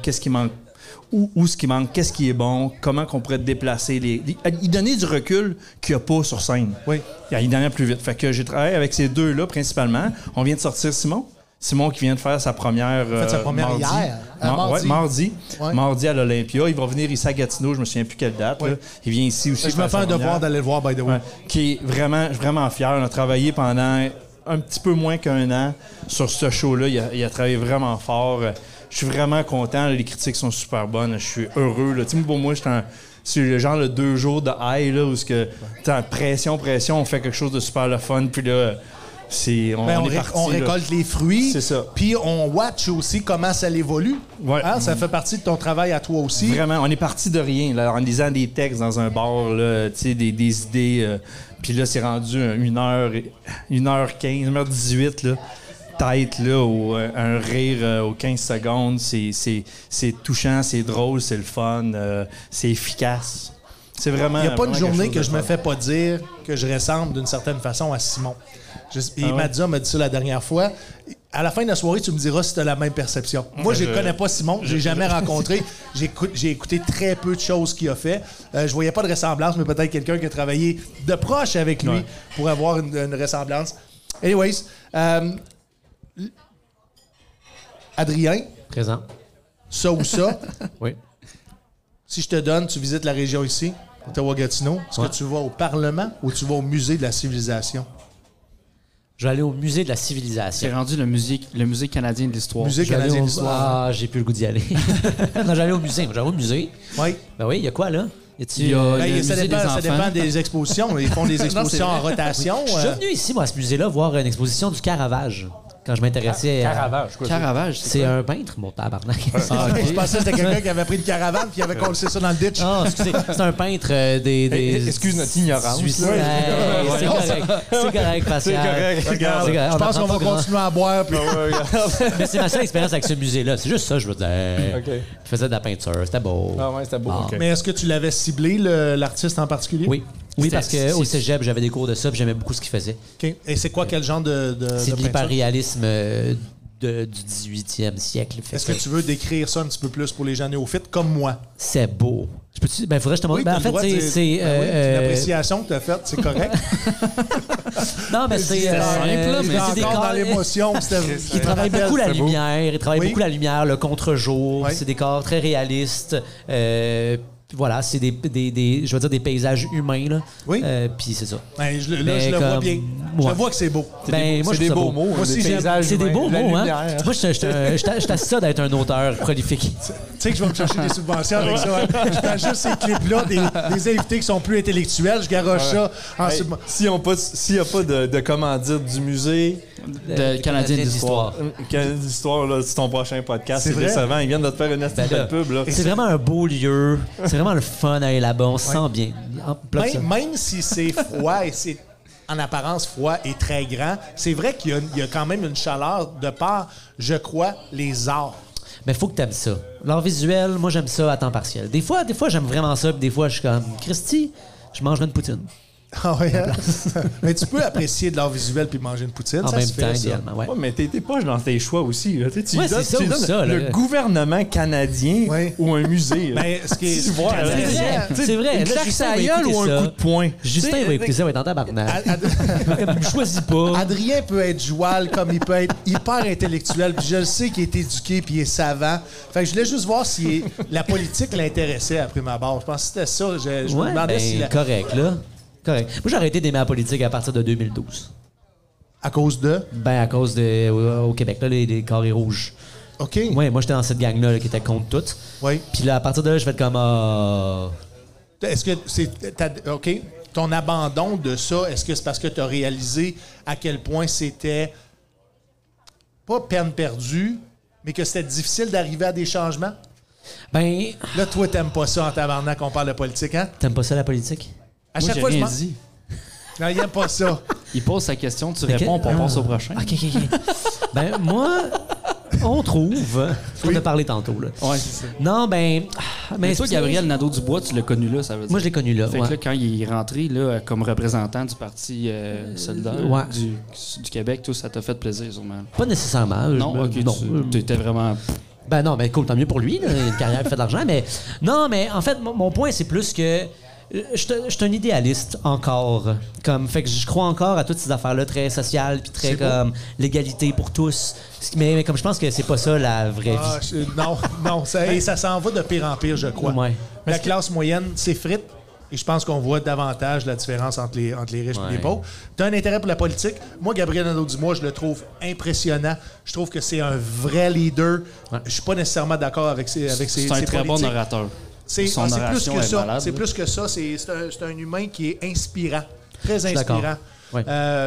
où ce qui manque, qu'est-ce qui est bon, comment qu'on pourrait déplacer. Il donnait du recul qu'il n'y a pas sur scène. Oui. Il donnait plus vite. Fait que j'ai travaillé avec ces 2-là principalement. On vient de sortir Simon. Simon qui vient de faire sa première. Sa première mardi. hier. Mardi. Ouais. Mardi à l'Olympia. Il va venir ici à Gatineau, je me souviens plus quelle date. Ouais. Là. Il vient ici aussi. Je me fais un devoir d'aller le voir, by the way. Ouais. Qui est vraiment, vraiment fier. On a travaillé pendant un petit peu moins qu'1 an sur ce show-là. Il a travaillé vraiment fort. Je suis vraiment content. Les critiques sont super bonnes. Je suis heureux. Là. Pour moi, c'est le genre de 2 jours de high là, où pression, on fait quelque chose de super le fun. Puis là, on récolte les fruits. C'est ça. Puis on watch aussi comment ça évolue. Ouais. Hein? Ça fait partie de ton travail à toi aussi. Vraiment, on est parti de rien, là, en lisant des textes dans un bar, là, des idées. Puis là, c'est rendu 1h15, 1h18, là. Tête, là, un rire aux 15 secondes. C'est touchant, c'est drôle, c'est le fun, c'est efficace. C'est vraiment. Il n'y a pas une journée que je me fais pas dire que je ressemble d'une certaine façon à Simon. Madza m'a dit ça la dernière fois. À la fin de la soirée, tu me diras si tu as la même perception. Moi, je ne connais pas Simon. Je l'ai jamais rencontré. J'ai écouté très peu de choses qu'il a fait. Je voyais pas de ressemblance, mais peut-être quelqu'un qui a travaillé de proche avec lui pour avoir une ressemblance. Anyways, Adrien. Présent. Ça ou ça. Oui. Si je te donne, tu visites la région ici, Ottawa-Gatineau, est-ce que tu vas au Parlement ou tu vas au Musée de la Civilisation? Je vais aller au Musée de la Civilisation. C'est rendu le musée canadien de l'histoire. Musée canadien de l'histoire. Ah, j'ai plus le goût d'y aller. Non, j'allais au musée. J'allais au musée. Oui. Ben oui, il y a quoi, là? Ça dépend des expositions. Ils font des expositions en rotation. Je suis venu ici, moi, à ce musée-là, voir une exposition du Caravage. Quand je m'intéressais Caravage, c'est un peintre, mon tabarnak. Je pensais que c'était quelqu'un qui avait pris une caravane et qui avait collé ça dans le ditch. Non, excusez, c'est un peintre des... Excuse notre ignorance. C'est correct, Pascal. C'est correct. Je pense qu'on va continuer à boire. Puis... Mais c'est ma seule expérience avec ce musée-là. C'est juste ça, je veux dire. Il faisait de la peinture, c'était beau. Ah ouais, c'était beau. Ah. Mais est-ce que tu l'avais ciblé, l'artiste en particulier? Oui, parce qu'au cégep, j'avais des cours de ça, puis j'aimais beaucoup ce qu'il faisait. OK. Et c'est quoi, quel genre de c'est de l'hyperréalisme du 18e siècle. Est-ce que tu veux décrire ça un petit peu plus pour les gens néophytes comme moi? C'est beau. Faudrait que je te montre. Oui, en fait, c'est l'appréciation que tu as faite, c'est correct. Non, mais c'est simple, mais c'est encore dans l'émotion. Il travaille beaucoup la lumière. Il travaille Oui. beaucoup la lumière, le contre-jour. Oui. C'est des décors très réalistes. Voilà, c'est des paysages humains. Là. Oui. Puis c'est ça. Ben, je le Mais vois comme- bien. Ouais. Je vois que c'est beau. Ben, moi, je C'est des trouve ça beaux beau. mots. Moi aussi, des j'aime- paysages C'est des humains, beaux la mots, hein? lumière. Moi, je t'assiste ça d'être un auteur prolifique. Tu sais que je vais me chercher des subventions avec ça. Hein. Je fais juste ces clips-là, des invités qui sont plus intellectuels. Je garoche ça en Hey, s'il n'y a pas de commandite du musée, De Canadien d'histoire. Canadien d'histoire, là, c'est ton prochain podcast. C'est C'est vrai? décevant. Ils viennent de te faire une astuce Ben là, de pub. Là. C'est vraiment un beau lieu. C'est vraiment le fun à aller là-bas. On se sent bien. Plug ça. Même si c'est froid et c'est en apparence froid et très grand, c'est vrai qu'il y a quand même une chaleur de par, je crois, les arts. Mais il faut que tu aimes ça. L'art visuel, moi, j'aime ça à temps partiel. Des fois j'aime vraiment ça. Puis des fois, je suis comme, Christy, je mangerai une poutine. Ah ouais, hein? Mais tu peux apprécier de l'art visuel puis manger une poutine. En ça même se fait, temps, ça. idéalement. Ouais. Ouais, mais t'es poche dans tes choix aussi. Là. Tu Ouais, donnes, c'est ça tu ou donnes ça, le là. gouvernement canadien Ouais. ou un musée. là. Mais ce qui est... Tu vois, C'est vrai. C'est vrai. Une Là, claque Justin sa va gueule écouter ou un ça. coup de poing. Justin Tu sais, va écouter ça, va être en tabarnak. Je choisis pas. Adrien peut être joual comme il peut être hyper intellectuel. Puis je le sais qu'il est éduqué puis il est savant. Fait que je voulais juste voir si la politique l'intéressait après ma barre. Je pense que c'était ça. Je me Ouais, demandais ben, si... correct, là. Correct. Moi, j'ai arrêté d'aimer la politique à partir de 2012. À cause de... Ben, à cause au Québec, là, les carrés rouges. OK. Ouais, moi, j'étais dans cette gang-là là, qui était contre tout. Oui. Puis là, à partir de là, je fais comme... Est-ce que c'est... OK. Ton abandon de ça, est-ce que c'est parce que tu as réalisé à quel point c'était pas peine perdue, mais que c'était difficile d'arriver à des changements? Ben, Là, toi, t'aimes pas ça en tabarnak qu'on parle de politique, hein? t'aimes pas ça, la politique? À Moi, chaque j'ai fois, je rien m'en... dit. Non, il aime pas ça. Il pose sa question, tu Mais réponds, puis on ah. passe au prochain. OK. Ben, moi, on trouve... On a parlé tantôt, là. Ouais, c'est ça. Non, ben... Mais toi, Gabriel Nadeau-Dubois, tu l'as connu là, ça veut dire. Moi, je l'ai connu là, Fait ouais. que là, quand il est rentré là, comme représentant du Parti solidaire Ouais. du Québec, tout ça t'a fait plaisir, sûrement. Pas nécessairement. Non, ok, tu étais vraiment... Ben non, mais cool, tant mieux pour lui. Là, il a une carrière qui fait de l'argent. Mais non, mais en fait, mon point, c'est plus que je suis un idéaliste encore. Comme, fait que je crois encore à toutes ces affaires-là très sociales puis très C'est beau. comme l'égalité pour tous. Mais comme je pense que c'est pas ça la vraie Ah, vie. non. Et ça s'en va de pire en pire, je crois. Ouais. La classe moyenne s'effrite. Et je pense qu'on voit davantage la différence entre les riches et les pauvres. Tu as un intérêt pour la politique. Moi, Gabriel Nadeau-Dubois, je le trouve impressionnant. Je trouve que c'est un vrai leader. Ouais. Je suis pas nécessairement d'accord avec ses C'est un très bon politiques. orateur. C'est Son c'est plus oration que est ça. malade, C'est là. plus que ça. C'est un humain qui est inspirant. Très suis d'accord. inspirant. Ouais.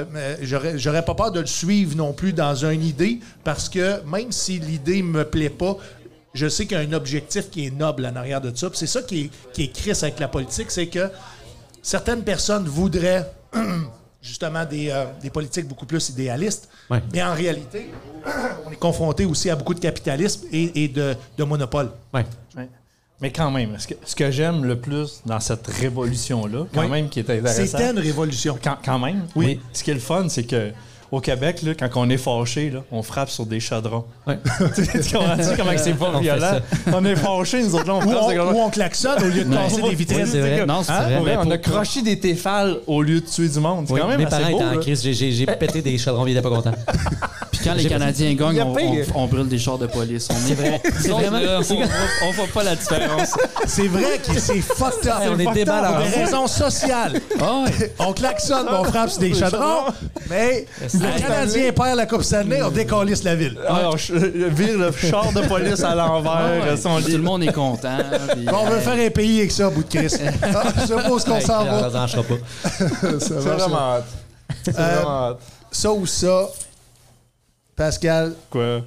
J'aurais pas peur de le suivre non plus dans une idée parce que même si l'idée me plaît pas, je sais qu'il y a un objectif qui est noble en arrière de ça. Puis c'est ça qui est crisse avec la politique, c'est que certaines personnes voudraient justement des politiques beaucoup plus idéalistes, Ouais. mais en réalité, on est confronté aussi à beaucoup de capitalisme et de monopole. Ouais. Mais quand même, ce que j'aime le plus dans cette révolution-là, quand Oui. même, qui est intéressant... C'était une révolution. Quand même, Oui. oui. Ce qui est le fun, c'est que au Québec, là, quand on est fâché, là, on frappe sur des chaudrons. Ouais. Tu comprends-tu comment que c'est pas On fait violent? On est fâché, nous autres, là, on Ou frappe sur des on, chaudrons. ou on klaxonne au lieu de casser des vitrines. Oui, c'est vrai. Non, c'est Hein? vrai. Pour vrai, mais on a pour- croché des téfales au lieu de tuer du monde. C'est Oui, quand même mes assez parents beau. étaient en là. crise. J'ai pété des chaudrons, ils étaient pas contents. Puis quand les Canadiens Il y gagnent, a pire. on brûle des chars de police. C'est vrai. C'est vraiment- On voit pas la différence. C'est vrai que c'est fucked up. Hey, on est Fucked up déballant. pour des raisons sociales. Ah ouais. On klaxonne, on frappe sur des chaudrons, mais le Canadien perd la Coupe Stanley, on décalisse la ville. Alors, vire le char de police à l'envers. Ouais. son Tout le monde est content. puis, On veut faire un pays avec ça, bout de Christ. Ah, je suppose qu'on Hey, s'en on va. s'en pas. Ça C'est va, ça. vraiment hâte. C'est vraiment hâte. Ça ou ça, Pascal, Quoi?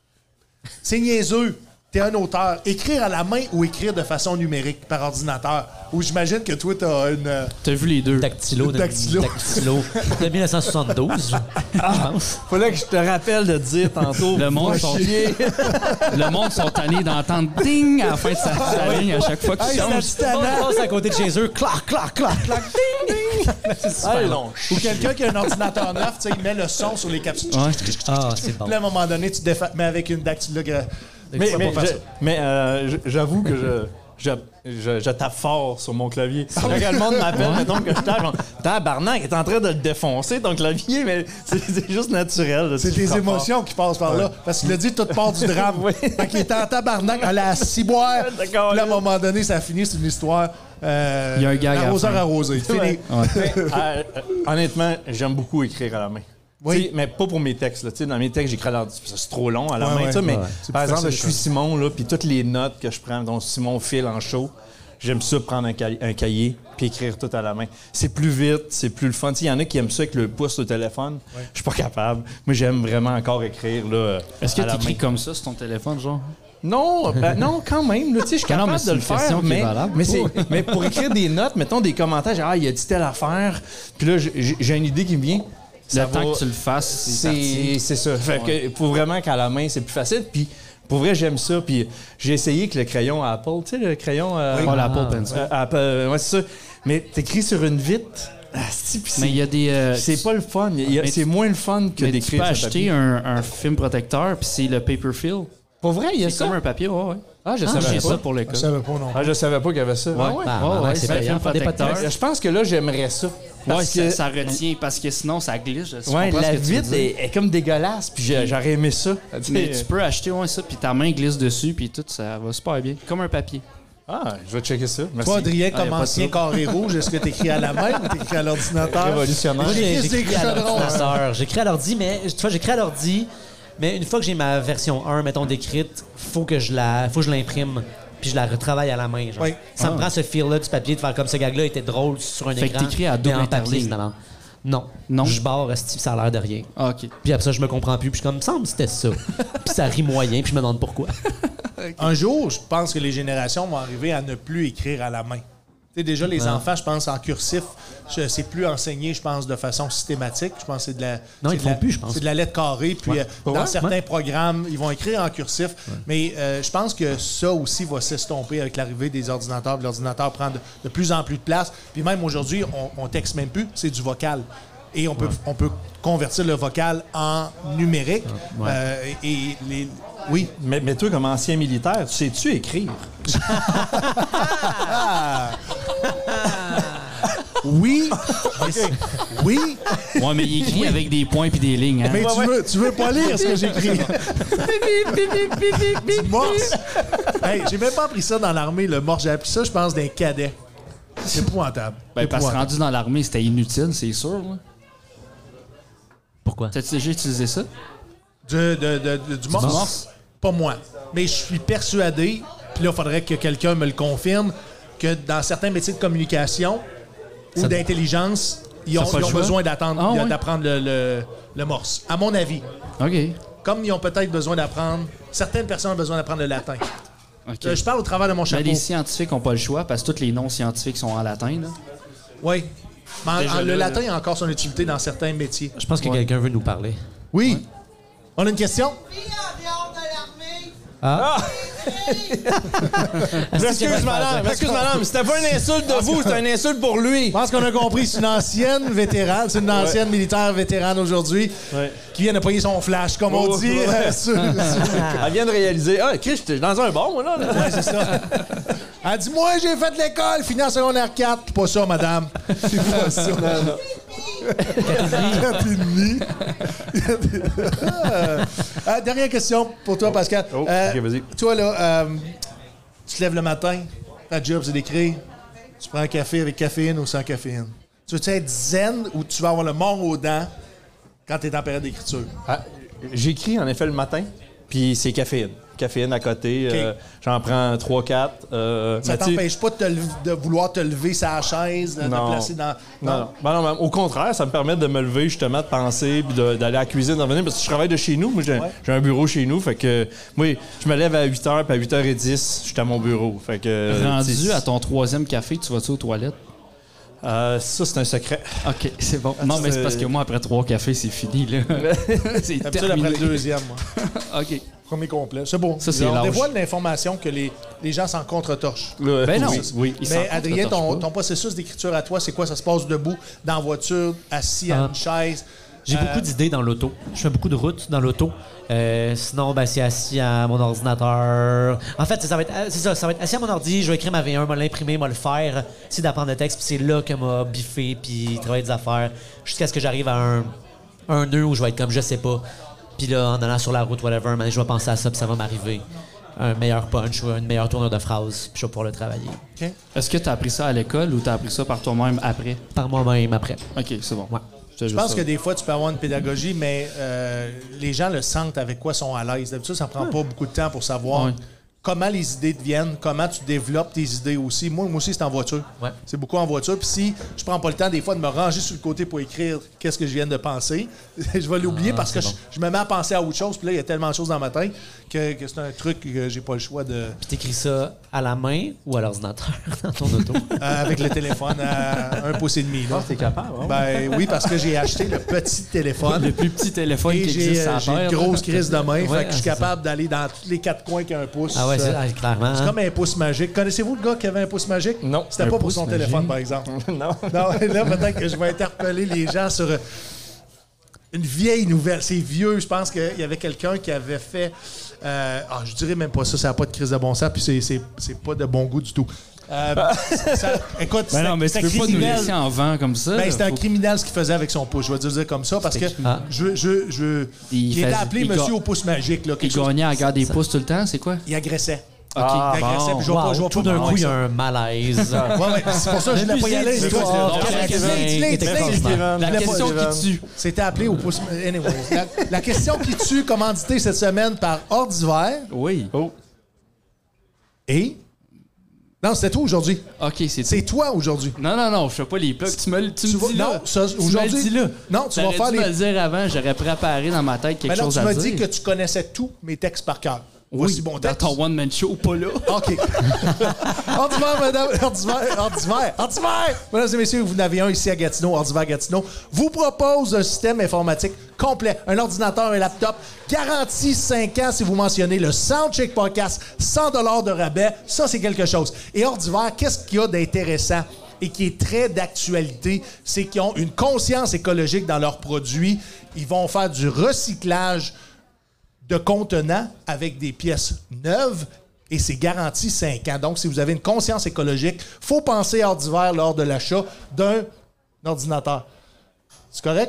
c'est niaiseux. T'es un auteur. Écrire à la main ou écrire de façon numérique par ordinateur? Ou j'imagine que toi, t'as une... T'as vu les deux. Dactylo. Dactylo. De 1972, je pense. Fallait que je te rappelle de dire tantôt. Le monde sont tannés d'entendre ding à la fin de sa ligne à chaque fois qu'il Hey, change. c'est On tannant. passe à côté de chez eux. Clac, clac, clac, clac. Ding, ding. Ah, non. Ou quelqu'un qui a un ordinateur neuf, tu sais, il met le son sur les capsules. Ah, c'est bon. Puis là, à un moment donné, tu défais, mais avec une dactylographie. Mais j'avoue que je tape fort sur mon clavier. Quand le monde m'appelle, mettons que je tape, genre, tabarnak, est en train de le défoncer ton clavier, mais c'est juste naturel. Là, c'est tes émotions qui passent par là. Parce qu'il a dit toute part du drame. Fait qu'il était en tabarnak, elle a ciboire. Puis là, à un moment donné, ça a fini, c'est une histoire. Il y a un gag arroseur arrosé. Fini. Honnêtement, j'aime beaucoup écrire à la main. Oui. Mais pas pour mes textes. Là. Dans mes textes, j'écris à l'ordi. C'est trop long à la main. Mais par exemple, je suis Simon, là, puis toutes les notes que je prends, dont Simon file en show, j'aime ça prendre un cahier puis écrire tout à la main. C'est plus vite, c'est plus le fun. Il y en a qui aiment ça avec le pouce au téléphone. Je suis pas capable. Moi, j'aime vraiment encore écrire. Là, est-ce que tu écris comme ça sur ton téléphone, genre? Non, non, quand même. Je suis capable de le faire, mais pour écrire des notes, mettons des commentaires, genre, il a dit telle affaire, puis là, j'ai une idée qui me vient. Le temps que tu le fasses, c'est ça. Fait que, faut vraiment qu'à la main, c'est plus facile. Puis pour vrai, j'aime ça. Puis j'ai essayé avec le crayon Apple. Tu sais, le crayon... l'Apple Pencil. Apple, ouais, c'est ça. Mais t'écris sur une vitre... mais il y a des... c'est pas le fun. C'est moins le fun que d'écrire sur tu peux acheter un film protecteur, puis c'est le paper fill. Pour vrai, il y a ça? C'est comme un papier, ouais. Ah, je savais pas. Ça pour l'école. Je savais pas, non. Ah, je savais pas qu'il y avait ça. C'est payant pour des podcasts. Je pense que là, j'aimerais ça. Parce que ça retient, parce que sinon, ça glisse. La vitre est comme dégueulasse, puis j'aurais aimé ça. Mais tu peux acheter ça, puis ta main glisse dessus, puis tout, ça va super bien. Comme un papier. Ah, je vais checker ça. Merci. Toi, Adrien, comme ancien carré rouge, est-ce que tu écris à la main ou tu écris à l'ordinateur? Révolutionnaire. J'écris à l'ordinateur. J'écris à l'ordi, mais tu vois, j'écris à l'ordi. Mais une fois que j'ai ma version 1, mettons, d'écrite, faut que je l'imprime puis je la retravaille à la main. Genre. Ça me prend ce feel-là du papier de faire comme ce gag-là était drôle sur un écran. Fait que t'écris à double interligne. Non. Je barre, ça a l'air de rien. Ah, OK. Puis après ça, je me comprends plus. Puis je suis comme, il me semble que c'était ça. Puis ça rit moyen, puis je me demande pourquoi. Un jour, je pense que les générations vont arriver à ne plus écrire à la main. Tu sais, déjà, les enfants, je pense, en cursif, c'est plus enseigné, je pense, de façon systématique. Je pense que c'est de la... Non, ils ne font plus, je pense. C'est de la lettre carrée. Puis dans certains programmes, ils vont écrire en cursif. Mais je pense que ça aussi va s'estomper avec l'arrivée des ordinateurs. L'ordinateur prend de plus en plus de place. Puis même aujourd'hui, on texte même plus, c'est du vocal. Et on peut convertir le vocal en numérique. Oui. Mais toi, comme ancien militaire, tu sais-tu écrire? Oui. Oui. Ouais, mais il écrit avec des points puis des lignes. Hein? Mais tu veux pas lire ce que j'écris. Du morse. Hey, j'ai même pas appris ça dans l'armée, le morse. J'ai appris ça, je pense, d'un cadet. C'est épouvantable. Parce que rendu dans l'armée, c'était inutile, c'est sûr. Là. Pourquoi? T'as-tu déjà utilisé ça? Du morse? Pas moi. Mais je suis persuadé, puis là, il faudrait que quelqu'un me le confirme, que dans certains métiers de communication ou d'intelligence, ils ont besoin d'apprendre le morse. À mon avis. OK. Comme ils ont peut-être besoin d'apprendre... Certaines personnes ont besoin d'apprendre le latin. Okay. Je parle au travers de mon chapeau. Mais les scientifiques n'ont pas le choix, parce que tous les noms scientifiques sont en latin. Là. Oui. Le latin a encore son utilité dans certains métiers. Je pense que quelqu'un veut nous parler. Oui. Ouais. On a une question? Ah! Excuse madame, c'était pas une insulte de vous, c'était une insulte pour lui. Je pense qu'on a compris, c'est une ancienne vétérane, c'est une ancienne militaire vétérane aujourd'hui qui vient de payer son flash, comme on dit. Elle vient de réaliser, Chris, j'étais dans un bar, moi, là. Ouais, c'est ça. Elle dit, moi, j'ai fait de l'école, fini en secondaire 4. Pas ça, madame. C'est pas ça. Non. 4,5. Dernière question pour toi, Pascal. OK, vas-y. Toi, là, tu te lèves le matin, ta job, c'est d'écrire. Tu prends un café avec caféine ou sans caféine. Tu veux-tu être zen ou tu vas avoir le mort aux dents quand tu es en période d'écriture? J'écris, en effet, le matin, puis c'est caféine. Caféine à côté. Okay. J'en prends 3-4. Ça t'empêche pas de vouloir te lever sur la chaise, de te placer dans... Non. Ben, au contraire, ça me permet de me lever, justement, de penser, puis d'aller à la cuisine, d'en venir, parce que je travaille de chez nous. Moi, j'ai un bureau chez nous, fait que moi, je me lève à 8h, puis à 8h10, je suis à mon bureau. Fait que, rendu à ton 3e café, tu vas-tu aux toilettes? Ça, c'est un secret. OK, c'est bon. Non, mais c'est parce que moi, après 3 cafés, c'est fini, là. C'est D'habitude, terminé. après le deuxième, moi. OK. Premier complet. C'est beau. Ça, c'est On lâche. dévoile l'information que les gens s'en contre-torchent. Ben non. Oui. Ils s'en Mais Adrien, contre-torchent pas. ton processus d'écriture à toi, c'est quoi? Ça se passe debout, dans la voiture, assis à une chaise? J'ai beaucoup d'idées dans l'auto. Je fais beaucoup de routes dans l'auto. Sinon, c'est assis à mon ordinateur. En fait, ça va être assis à mon ordi, je vais écrire ma V1, m'a l'imprimer, m'a le faire, essayer d'apprendre le texte, puis c'est là que m'a biffé, puis travailler des affaires, jusqu'à ce que j'arrive à un nœud où je vais être comme je sais pas. Puis là, en allant sur la route, whatever, je vais penser à ça, puis ça va m'arriver. Un meilleur punch ou une meilleure tournure de phrase, puis je vais pouvoir le travailler. Okay. Est-ce que tu as appris ça à l'école ou tu as appris ça par toi-même après? Par moi-même après. OK, c'est bon. Ouais. Je pense que des fois, tu peux avoir une pédagogie, mais les gens le sentent avec quoi ils sont à l'aise. D'habitude, ça ne prend pas beaucoup de temps pour savoir comment les idées te viennent, comment tu développes tes idées aussi. Moi aussi, c'est en voiture. Ouais. C'est beaucoup en voiture. Puis si je prends pas le temps, des fois, de me ranger sur le côté pour écrire qu'est-ce que je viens de penser, je vais l'oublier parce que je me mets à penser à autre chose. Puis là, il y a tellement de choses dans ma tête que c'est un truc que j'ai pas le choix de... Puis t'écris ça à la main ou à l'ordinateur dans ton auto? Avec le téléphone à 1,5 pouce. Là. T'es capable, hein? Ben oui, parce que j'ai acheté le petit téléphone. Le plus petit téléphone Et qui j'ai existe à une grosse crise de main, Ouais, fait que je suis c'est capable d'aller dans tous les 4 coins qu'un pouce. Ah ouais, clairement. C'est comme un pouce magique. Connaissez-vous le gars qui avait un pouce magique? Non. C'était Un pas pour pouce son magique? téléphone, par exemple. Non. Non, là, peut-être que je vais interpeller les gens sur une vieille nouvelle. C'est vieux. Je pense qu'il y avait quelqu'un qui avait fait... je dirais même pas ça. Ça n'a pas de crise de bon sens, puis c'est pas de bon goût du tout. Écoute, Ben non, mais tu c'était peux pas nous criminel. laisser en vent comme ça. Ben, c'était un Faut- criminel ce qu'il faisait avec son pouce. Je vais te dire comme ça parce que il était appelé il Monsieur ga- au pouce magique. Là, Il quelque chose. gagnait à la guerre des pouces tout le temps, c'est quoi? Il agressait. OK. Il agressait, puis je vais pas jouer tout d'un coup, il y a un malaise. Ouais, c'est pour ça que je voulais pas y aller. C'est Écoute, fort. la Kevin, question- Kevin, dis-le. La question qui tue. C'était appelé au pouce. Anyway, la question qui tue, commanditée cette semaine par Hors d'hiver. Oui. Oh. Et. Non, c'était toi aujourd'hui. OK, c'est C'est toi aujourd'hui. Non, je fais pas les plugs. Tu me le dis Non, là. ça, Tu me aujourd'hui. le dis là. Non, tu vas T'aurais faire dû me les. le dire avant, j'aurais préparé dans ma tête quelque Mais non, chose tu à m'as dire. dit que tu connaissais tous mes textes par cœur. Voici bon dans texte. ton one-man show, pas là. OK. Hors d'hiver, madame. Hors d'hiver. Mesdames et messieurs, vous en avez un ici à Gatineau, Hors d'hiver Gatineau, vous propose un système informatique complet. Un ordinateur, un laptop, garantie 5 ans si vous mentionnez le Soundcheck Podcast, 100 $ de rabais. Ça, c'est quelque chose. Et Hors d'hiver, qu'est-ce qu'il y a d'intéressant et qui est très d'actualité? C'est qu'ils ont une conscience écologique dans leurs produits. Ils vont faire du recyclage de contenants avec des pièces neuves et c'est garanti 5 ans. Donc, si vous avez une conscience écologique, il faut penser Hors d'hiver lors de l'achat d'un ordinateur. C'est correct?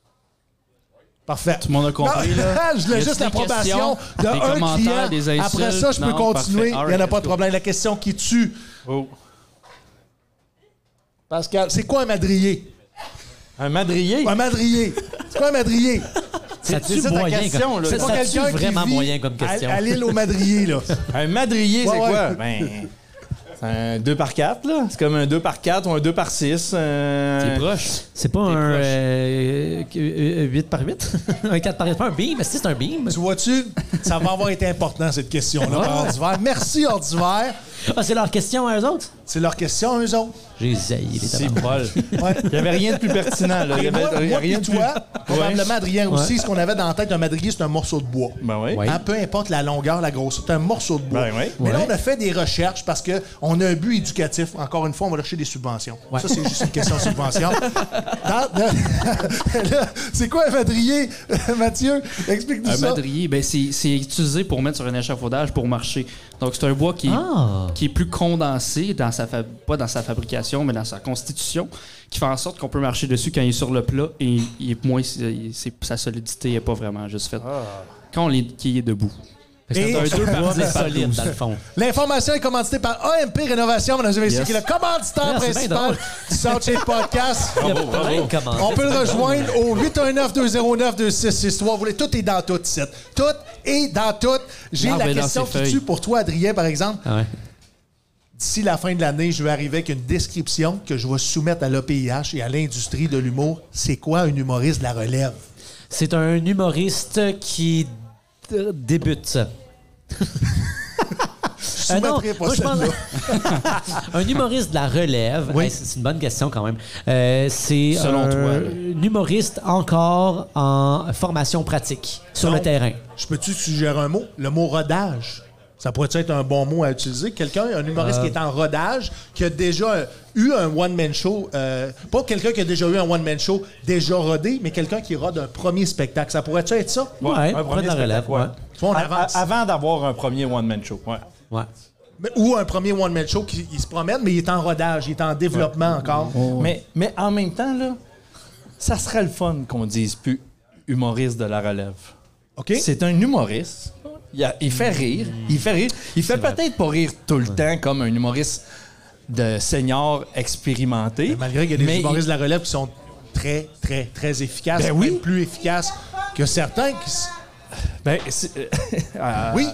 Parfait. Tout le monde a compris, Non, là? je voulais Y a-tu juste des l'approbation questions, d'un des commentaires, client. des insultes? Après ça, je peux Non, continuer. parfait. Il n'y en a Alright, pas de let's go. problème. La question qui tue. Oh. Pascal, c'est quoi un madrier? Un madrier? Un madrier. C'est quoi un madrier? Ça C'est tue ça ta moyen. question, là. Ça pas tue quelqu'un qui vraiment vit moyen comme question. À l'île au madrier, là. Un madrier, c'est Ouais, quoi? ouais. Ben, c'est un 2x4, là. C'est comme un 2x4 ou un 2x6. T'es proche. C'est pas un 8 par 8? Un 4 par 8? Pas un beam, mais si c'est un beam. Tu vois-tu? Ça va avoir été important, cette question-là, par Hors d'hiver. Merci, Hors d'hiver. Ah, c'est leur question à eux autres? C'est leur question, eux autres. J'ai zaï les C'est tabarnak. bol. Ouais. Il n'y avait rien de plus pertinent, là. Il y Et moi, avait rien et de plus... toi, probablement Adrien aussi, ce qu'on avait dans la tête d'un madrier, c'est un morceau de bois. Ben oui. Ouais. Hein, peu importe la longueur, la grosseur, c'est un morceau de bois. Ben oui. Mais là, Ouais. on a fait des recherches parce qu'on a un but éducatif. Encore une fois, on va chercher des subventions. Ouais. Ça, c'est juste une question de subvention. Là, c'est quoi un madrier, Mathieu? Explique-nous Un ça. madrier, ben c'est utilisé pour mettre sur un échafaudage pour marcher. Donc, c'est un bois qui est plus condensé, pas dans sa fabrication, mais dans sa constitution, qui fait en sorte qu'on peut marcher dessus quand il est sur le plat et il est moins, sa solidité n'est pas vraiment juste faite. Quand il est debout. Et C'est un 2 par 10 par solide, 12. dans le fond. l'information est commanditée par AMP Rénovation, mesdames et messieurs, Yes. qui est le commanditaire Ah, c'est bien principal drôle. du Soundcheck Podcast. Il y a plein de commentaires. On peut le rejoindre au 819-209-2663. Vous voulez, tout est dans tout, ici. Tout est dans tout. J'ai Ah, la ben, dans question ses qui feuilles. tue pour toi, Adrien, par exemple. Ah ouais. D'ici la fin de l'année, je vais arriver avec une description que je vais soumettre à l'APIH et à l'industrie de l'humour. C'est quoi un humoriste de la relève? C'est un humoriste qui débute. soumettrai pas moi, je pense- celle-là. Un humoriste de la relève, Oui. hey, c'est une bonne question quand même. C'est Selon toi, là. un humoriste encore en formation pratique sur Donc, le terrain. Je peux-tu suggérer un mot? Le mot rodage. Ça pourrait être un bon mot à utiliser. Quelqu'un, un humoriste qui est en rodage, qui a déjà eu un one-man show. Pas quelqu'un qui a déjà eu un one-man show déjà rodé, mais quelqu'un qui rode un premier spectacle. Ça pourrait-tu être ça? Ouais, un près de la relève. ouais. Tu vois, on avance. Avant d'avoir un premier one-man show. Ouais. Ouais. Ou un premier one-man show qui il se promène, mais il est en rodage, il est en développement encore. Mais en même temps, là, ça serait le fun qu'on dise plus humoriste de la relève. OK? C'est un humoriste. Il fait rire. Il fait rire. Il fait peut-être pas rire tout le temps comme un humoriste de senior expérimenté. Malgré qu'il y a des mais humoristes de la relève qui sont très, très, très efficaces. Ben oui. Même plus efficaces que certains qui... Oui,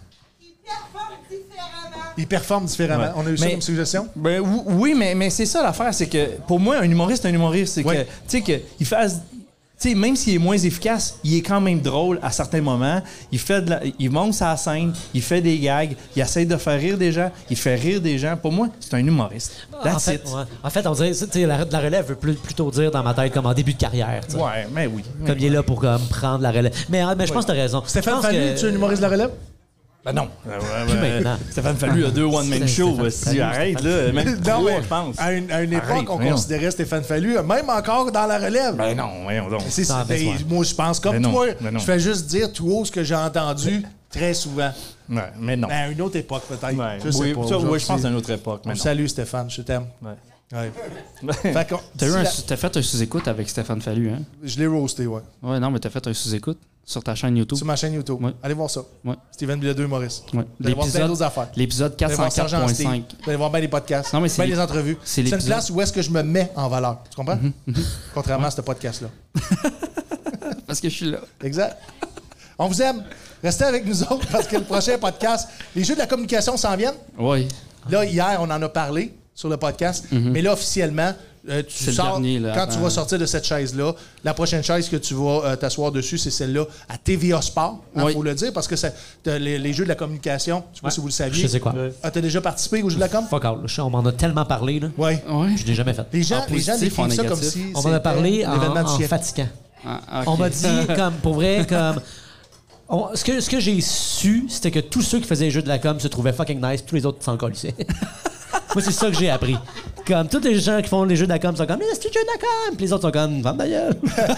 ils performent différemment. Ouais. On a eu ça Mais- comme suggestion? Oui, mais c'est ça l'affaire, c'est que pour moi, un humoriste, c'est un humoriste. C'est Ouais. que, tu sais, qu'il fasse. Tu sais, même s'il est moins efficace, il est quand même drôle à certains moments. Il monte sa scène, il fait des gags, il essaie de faire rire des gens, il fait rire des gens. Pour moi, c'est un humoriste. That's it. En fait, on dirait, tu sais, la relève veut plutôt dire dans ma tête comme en début de carrière. tu sais. Ouais, mais oui. Comme il est là pour comme, prendre la relève. Mais je pense que tu as raison. Stéphane Je pense Fallu, que- tu es un humoriste de la relève? Ben non. Plus maintenant. Stéphane Fallu a 2 one-man shows. Stéphane Si Fallu, arrête, là. Même Non, 3, mais je pense. à une Arrête, époque, on voyons. considérait Stéphane Fallu, même encore dans la relève. Ben non, voyons donc. C'est- Non, ben, ben, ouais. moi, je pense comme Ben non, toi. ben non. Je fais juste dire tout haut ce que j'ai entendu très souvent. Ouais, mais non. Ben, à une autre époque, peut-être. Ouais. Je sais Oui, pas. ça, oui, je Aujourd'hui. pense à une autre époque. On Mais te non. salue, Stéphane. Je t'aime. Ouais. Ouais. Fait qu'on- T'as fait un sous-écoute avec Stéphane Fallu, hein? Je l'ai roasté, ouais. Ouais, non, mais t'as fait un sous-écoute sur ta chaîne YouTube. Sur ma chaîne YouTube. Ouais. Allez voir ça. Ouais. Steven Bilodeau, Maurice. Ouais. Vous allez voir plein d'autres affaires. L'épisode Vous allez voir Sergent Steve. 404.5. Vous allez voir bien les podcasts. Non, mais bien c'est les entrevues. c'est C'est une l'épisode- place où est-ce que je me mets en valeur. Tu comprends? Contrairement à ce podcast-là. Parce que je suis là. Exact. On vous aime. Restez avec nous autres parce que le prochain podcast, les jeux de la communication s'en viennent. Oui. Là, hier, on en a parlé sur le podcast. Mais là, officiellement, tu C'est le sors, dernier, là, quand avant. tu vas sortir de cette chaise-là, la prochaine chaise que tu vas t'asseoir dessus, c'est celle-là à TVA Sport. Il Oui. faut le dire parce que les jeux de la communication, je ne sais pas si vous le saviez. Je sais quoi. Ah, t'as déjà participé aux jeux de la com? Fuck all. On m'en a tellement parlé, là. Oui. Ouais. Je l'ai jamais fait. Les gens, En positif, décrivent en ça comme négatif? si On m'en a parlé c'était l'événement du en siècle. fatigant. Ah, ok. On m'a dit, comme, pour vrai, comme. Ce que j'ai su, c'était que tous ceux qui faisaient les jeux de la com se trouvaient fucking nice, tous les autres s'en colissaient. Moi, c'est ça que j'ai appris. Comme tous les gens qui font les jeux de la com sont comme, c'est le jeu de la com. Puis les autres sont comme, vente d'ailleurs.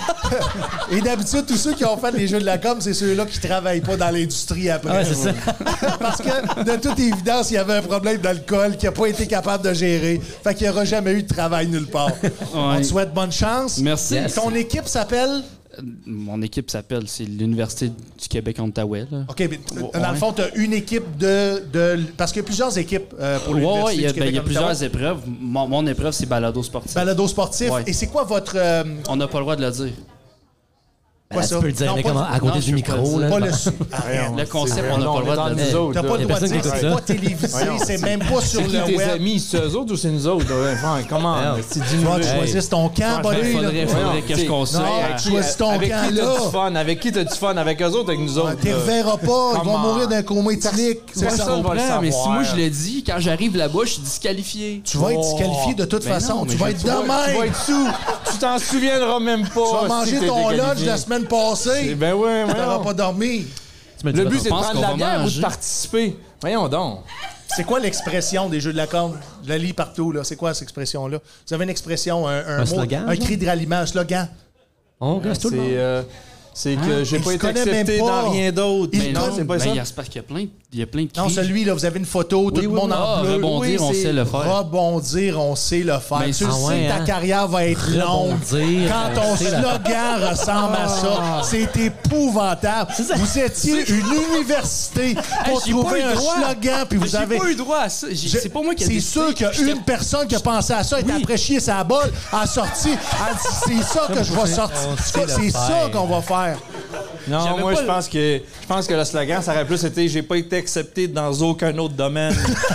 Et d'habitude, tous ceux qui ont fait les jeux de la com, c'est ceux-là qui travaillent pas dans l'industrie après. Ouais, c'est ça. Parce que, de toute évidence, il y avait un problème d'alcool qu'il n'a pas été capable de gérer. Fait qu'il n'y aura jamais eu de travail nulle part. On te souhaite bonne chance. Merci. Yes. Ton équipe s'appelle... Mon équipe s'appelle, c'est l'Université du Québec en Outaouais. Là. OK, mais dans le fond, tu as une équipe de... Parce qu'il y a plusieurs équipes pour l'Université Ouais, il y a, du Québec il y a en plusieurs Ottawa. épreuves. Mon épreuve, c'est balado sportif. Balado sportif. Ouais. Et c'est quoi votre... On n'a pas le droit de le dire. quoi Là, ça? tu peux le dire, Non, mais pas comment, du- à côté non, du je peux pas micro, le là. Pas c'est le... pas- Arrête. Le concept, on n'a pas le droit de le dire. T'as pas le Il y a droit de personne qui dire, écoute c'est ça. pas télévisé, c'est même pas sur C'est qui le tes web. amis? C'est eux autres ou c'est nous autres? Enfin, comment? Merde. C'est Tu vas choisir ton camp, buddy, là. Faudrait que je conseille. Non, tu choisis ton avec camp, qui là. t'as du fun? Avec qui t'as du fun? Avec eux autres, avec nous autres? Tu ne là? reverras pas, ils vont Comment? mourir d'un coma éthylique. C'est Personne ça. va le comprends, mais si savoir. moi je le dis, quand j'arrive là-bas, je suis disqualifié. Tu vas être disqualifié de toute Mais façon. non, mais Tu vas je- être tu vas- de Tu vas même. être sous. Tu t'en souviendras même pas. Tu vas si manger t'es ton déqualifié. lunch la semaine passée. Ben ouais, Tu n'auras voyons. pas dormi. Tu me le Le diras but, c'est de pense prendre qu'on la va bière ou de manger. participer. Voyons donc. C'est quoi l'expression des jeux de la com? Je la lis partout, là. C'est quoi cette expression-là? Vous avez une expression, un mot, slogan, un genre? cri de ralliement, un slogan. On gosse tout le monde. C'est que j'ai Il pas se été connaît même accepté pas. dans rien d'autre. Il Mais non, c'est pas ben, ça. c'est parce qu'il y a plein de cris. Non, celui-là, vous avez une photo, tout le monde en bleu. Rebondir, on c'est sait le faire. Rebondir, on sait le faire. Mais Tu le ah sais ouais, que ta hein? carrière va être longue. Rebondir, Quand ton on sait le slogan ressemble à ça, c'est épouvantable. Vous étiez une université pour j'ai pas trouver eu un droit. slogan, puis vous J'ai avez... pas eu droit à ça. C'est pas moi qui ai C'est décidé. sûr qu'il y a une personne qui a pensé à ça, et après chier sa bolle, a sorti, a dit c'est ça que je vais sortir. C'est ça qu'on va faire. Non, J'avais moi, pas je pense que le slogan, ça aurait plus été « J'ai pas été accepté dans aucun autre domaine. »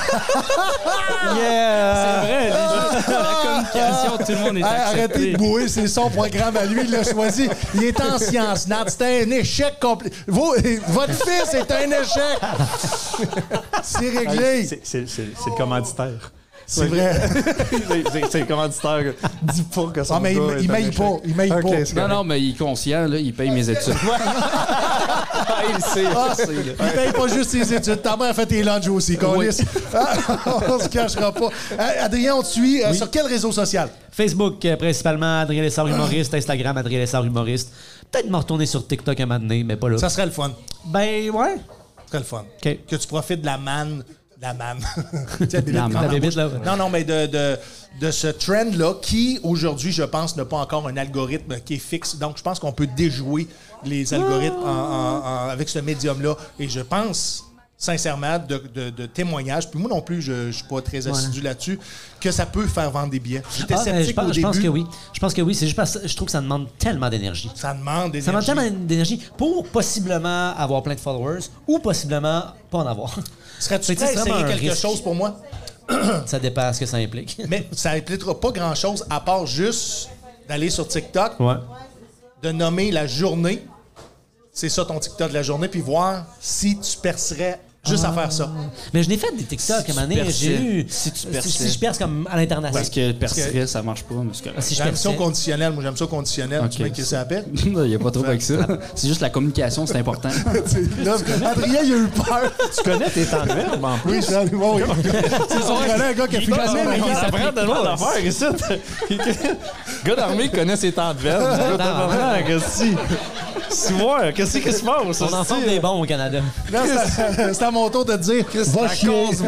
Yeah! C'est vrai, la communication, tout le monde est Arrêtez accepté. de bouer, c'est son programme à lui, il l'a choisi. Il est en sciences nat, c'était un échec complet. Votre fils est un échec! C'est réglé. C'est le commanditaire. C'est vrai. C'est le commanditaire. Dis pas que son Ah, mais gars il est un m'aille échec. pas. Il m'aille Ok, pas. c'est Non, correct. non, mais il est conscient, là, il paye mes études. Il le sait. Ah, il paye pas juste ses études. Ta mère fait tes lunchs aussi, câlisse. On se cachera pas. Adrien, on te suit sur quel réseau social? Facebook, principalement, Adrien Lessard humoriste. Instagram, Adrien Lessard humoriste. Peut-être me retourner sur TikTok à un moment donné, mais pas là. Ça serait le fun. Ben, ouais. Ça serait le fun. OK. Que tu profites de la manne. La manne. La bébite, là. Non, mais de ce trend-là qui, aujourd'hui, je pense, n'a pas encore un algorithme qui est fixe. Donc, je pense qu'on peut déjouer les algorithmes avec ce médium-là. Et je pense, sincèrement, de témoignages, puis moi non plus, je ne suis pas très assidu là-dessus, que ça peut faire vendre des billets. J'étais sceptique au début. Je pense que oui. Je pense que oui. C'est juste parce que je trouve que ça demande tellement d'énergie. Ça demande d'énergie. Ça demande tellement d'énergie pour possiblement avoir plein de followers ou possiblement pas en avoir. Serais-tu C'est prêt à vraiment essayer un quelque risque. chose pour moi? Ça dépend ce que ça implique. Mais ça impliquera pas grand-chose à part juste d'aller sur TikTok, Ouais. de nommer la journée. C'est ça ton TikTok de la journée, puis voir si tu percerais juste à faire ça. Mais je n'ai fait des TikTok à un moment donné. J'ai eu. Si tu perçais. Si je perce comme à l'international. Parce que percerait, ça marche pas. Mais c'est correct. Si je J'aime ça au perçais. conditionnel. Moi, j'aime ça au conditionnel. Ok. Tu mets que ça appelle? Il n'y a pas trop avec ça. C'est juste la communication, c'est important. Là, Adrien, il a eu peur. Tu connais tes temps de verbe, en plus. Oui, je suis allé voir. C'est son connaît un gars qui a fini connaît, mais il On s'applique apprend tellement d'affaires ici. Le gars d'armée connaît ses temps de verbe. Le gars d'armée, qu'est-ce qu'est-ce qui se passe? On en forme des bons au Canada. Là, c'est à mon tour de te dire, va chier.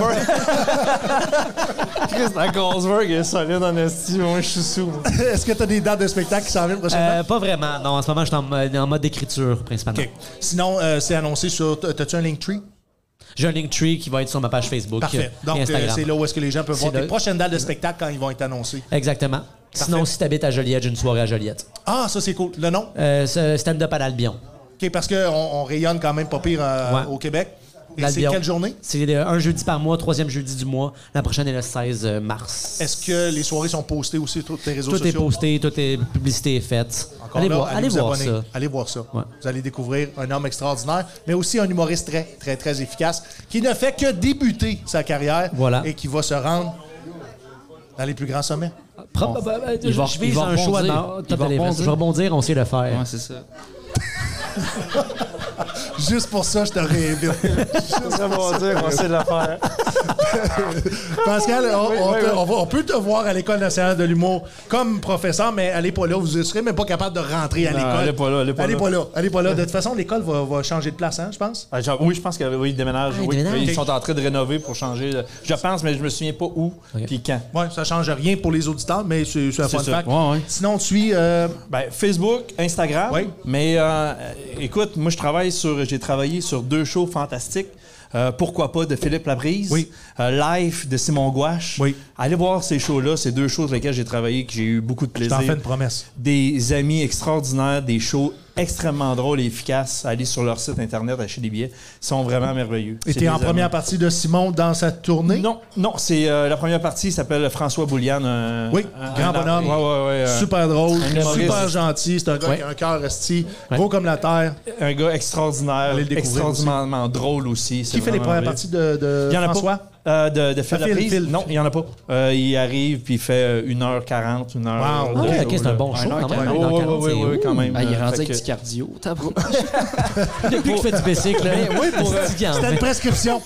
Chris, la Goldsberg est solide en esti. Moi, je suis sous. Est-ce que tu as des dates de spectacle qui s'en viennent prochainement? Pas vraiment. Non, en ce moment, je suis en mode d'écriture, principalement. OK. Sinon, c'est annoncé sur... T'as-tu un Linktree? J'ai un Linktree qui va être sur ma page Facebook Parfait. et Donc, Instagram. c'est là où est-ce que les gens peuvent C'est voir tes là. prochaines dates de spectacle quand ils vont être annoncés. Exactement. Sinon, si tu habites à Joliette, j'ai une soirée à Joliette. Ah, ça, c'est cool. Le nom? Stand-up à l'Albion. OK, parce qu'on rayonne quand même pas pire Ouais. au Québec. Et c'est L'Albion. quelle journée? C'est un jeudi par mois, 3e jeudi du mois. La prochaine est le 16 mars. Est-ce que les soirées sont postées aussi sur tes réseaux Tout sociaux? est posté, toute est publicité est faite. Encore Allez là, voir, allez vous voir abonner. ça. Allez voir ça. Ouais. Vous allez découvrir un homme extraordinaire, mais aussi un humoriste très, très, très efficace qui ne fait que débuter sa carrière Voilà. et qui va se rendre dans les plus grands sommets. Je va- vise il va un show à rebondir. Top Il va de l'Everest. rebondir. Je vais rebondir, on sait le faire. Ouais, c'est ça. Juste pour ça, je te réinvite. Ça va dire, on sait l'affaire. Pascal, on peut te voir à l'École nationale de l'humour comme professeur, mais allez pas là. Vous ne serez même pas capable de rentrer à Non, l'école. allez pas là, Allez pas là. De toute façon, l'école va changer de place, hein, je pense. Oui, je pense qu'ils déménagent. Ah, ils Oui. déménagent. Ils sont en train de rénover pour changer. Je pense, mais je me souviens pas où puis quand. Ouais, ça change rien pour les auditeurs, mais c'est un fun ça. fact. Ouais, ouais. Sinon, on te suit... Ben, Facebook, Instagram. Oui. Mais écoute, moi, j'ai travaillé sur 2 shows fantastiques. Pourquoi pas de Philippe Labrise. Oui. Live de Simon Gouache. Oui. Allez voir ces shows-là. C'est 2 shows sur lesquels j'ai travaillé, que j'ai eu beaucoup de Je plaisir. t'en fais une promesse. Des amis extraordinaires, des shows extrêmement drôles et efficaces. Allez sur leur site internet, acheter des billets. Ils sont vraiment merveilleux. Et C'est t'es en des première amis. partie de Simon dans sa tournée? Non, c'est la première partie s'appelle François Boulian. Oui, grand bonhomme. Ouais. Super drôle, un humoriste. super gentil. C'est un gars qui a un cœur esti, gros comme la terre. Un gars extraordinaire, Allez le découvrir extraordinairement drôle aussi. Qui fait les premières parties de Il y en a François? pas. De Phil Laprise? Phil. Non, il n'y en a pas. Il arrive puis il fait 1h40, 1h. Wow. Ah de ouais, show, ok, c'est un bon show quand même. Dans 40, c'est- Oui, quand même. Ah, il est rendu Fait avec que- du cardio. Tabou. Depuis qu'il fait du bicycle, oui, pour, C'était une prescription.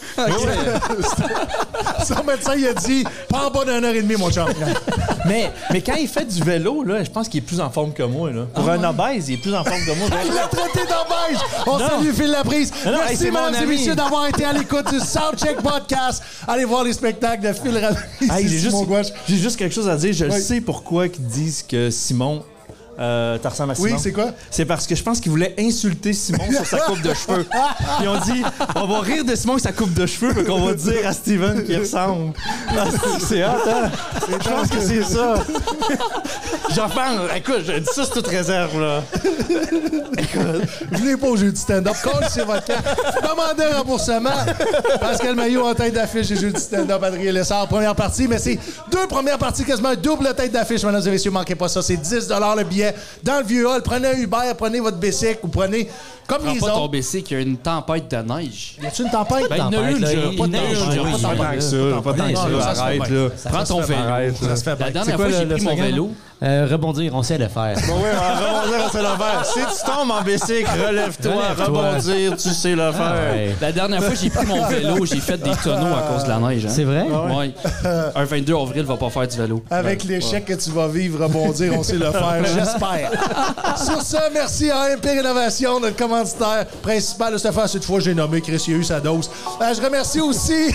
Son médecin, il a dit « Pas en bas d'1 heure et demie, mon chum. mais quand il fait du vélo, là, je pense qu'il est plus en forme que moi. Là. Pour un obèse, il est plus en forme que moi. » Il l'a traité d'obèse. On salue Phil Laprise. Non, hey, Merci, c'est mon mesdames et ami. messieurs, d'avoir été à l'écoute du Soundcheck Podcast. Allez voir les spectacles de Phil Laprise Hey, et Simon Gouache. j'ai juste quelque chose à dire. Je Oui. sais pourquoi ils disent que Simon T'as ressemblé à Simon. Oui, c'est quoi? C'est parce que je pense qu'il voulait insulter Simon sur sa coupe de cheveux. Ils ont dit, on va rire de Simon avec sa coupe de cheveux, mais qu'on va dire à Steven qu'il ressemble. C'est hot, hein? Je pense que c'est ça. J'en parle. Écoute, je dis ça, c'est toute réserve, là. Venez pas au jeu du stand-up. C'est votre camp. Demandez un remboursement. Pascal Maillot en tête d'affiche des jeux du stand-up. Adrien Lessard, première partie. Mais c'est 2 premières parties, quasiment un double tête d'affiche. Mesdames et messieurs, manquez pas ça. C'est 10 le billet dans le vieux hall. Prenez un Uber, prenez votre bicycle ou prenez comme les pas autres. ton bicycle, il y a une tempête de neige. Y a-tu une tempête? Ben, il y en a une, là, pas tant que ça. Pas tant que ça. Arrête, là. Prends ton vélo. Ça se fait bien. La dernière fois, j'ai pris mon vélo. Rebondir, on sait le faire. Bon, oui, rebondir, on sait le faire. Si tu tombes en bicycle, relève-toi, rebondir, tu sais le faire. Ouais. La dernière fois, j'ai pris mon vélo, j'ai fait des tonneaux à cause de la neige. Hein. C'est vrai? Oui. Un 22 avril va pas faire du vélo. Avec l'échec que tu vas vivre, rebondir, on sait le faire, j'espère. Sur ça, merci à MP Rénovation, notre commanditaire principal de cette affaire. Cette fois, j'ai nommé Chris, il a eu sa dose. Je remercie aussi,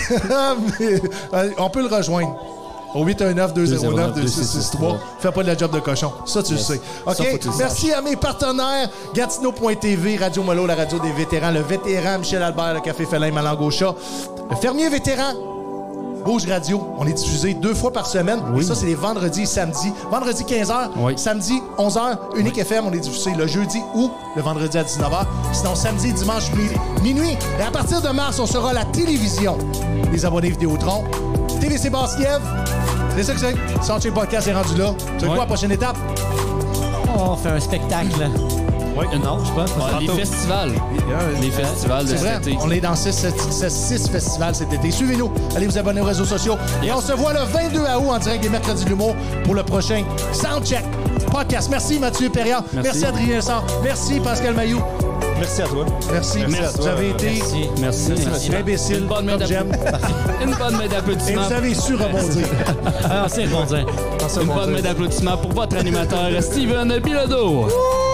on peut le rejoindre. Au 819-209-2663. Fais pas de la job de cochon. Ça, tu le sais. OK? Merci à mes partenaires. Gatineau.tv, Radio Molo, la radio des vétérans. Le vétéran Michel Albert, le Café Félin, Malangocha. Le fermier vétéran, Rouge Radio. On est diffusé 2 fois par semaine. Oui. Et ça, c'est les vendredis et samedis. Vendredi 15h, oui. Samedi 11h, Unique FM. On est diffusé le jeudi ou le vendredi à 19h. Sinon, samedi et dimanche minuit. Et à partir de mars, on sera à la télévision. Les abonnés Vidéotron. TVC Basse-Lièvre. C'est ça que c'est. Soundcheck Podcast est rendu là. Tu veux quoi la prochaine étape? On fait un spectacle. Oui. Non, je sais pas. Les festivals. Les festivals de cet été. On est dans 6 festivals cet été. Suivez-nous. Allez vous abonner aux réseaux sociaux. Et on se voit le 22 août en direct des Mercredis de l'Humour pour le prochain Soundcheck Podcast. Merci Mathieu Perriand. Merci Adrien Lessard. Merci Pascal Mailloux. Merci à toi. Merci. Vous avez été Merci. imbécile. Une bonne main d'applaudissements. Et vous avez su rebondir. C'est rebondir. Une bonne main d'applaudissements pour votre animateur Steven Bilodeau.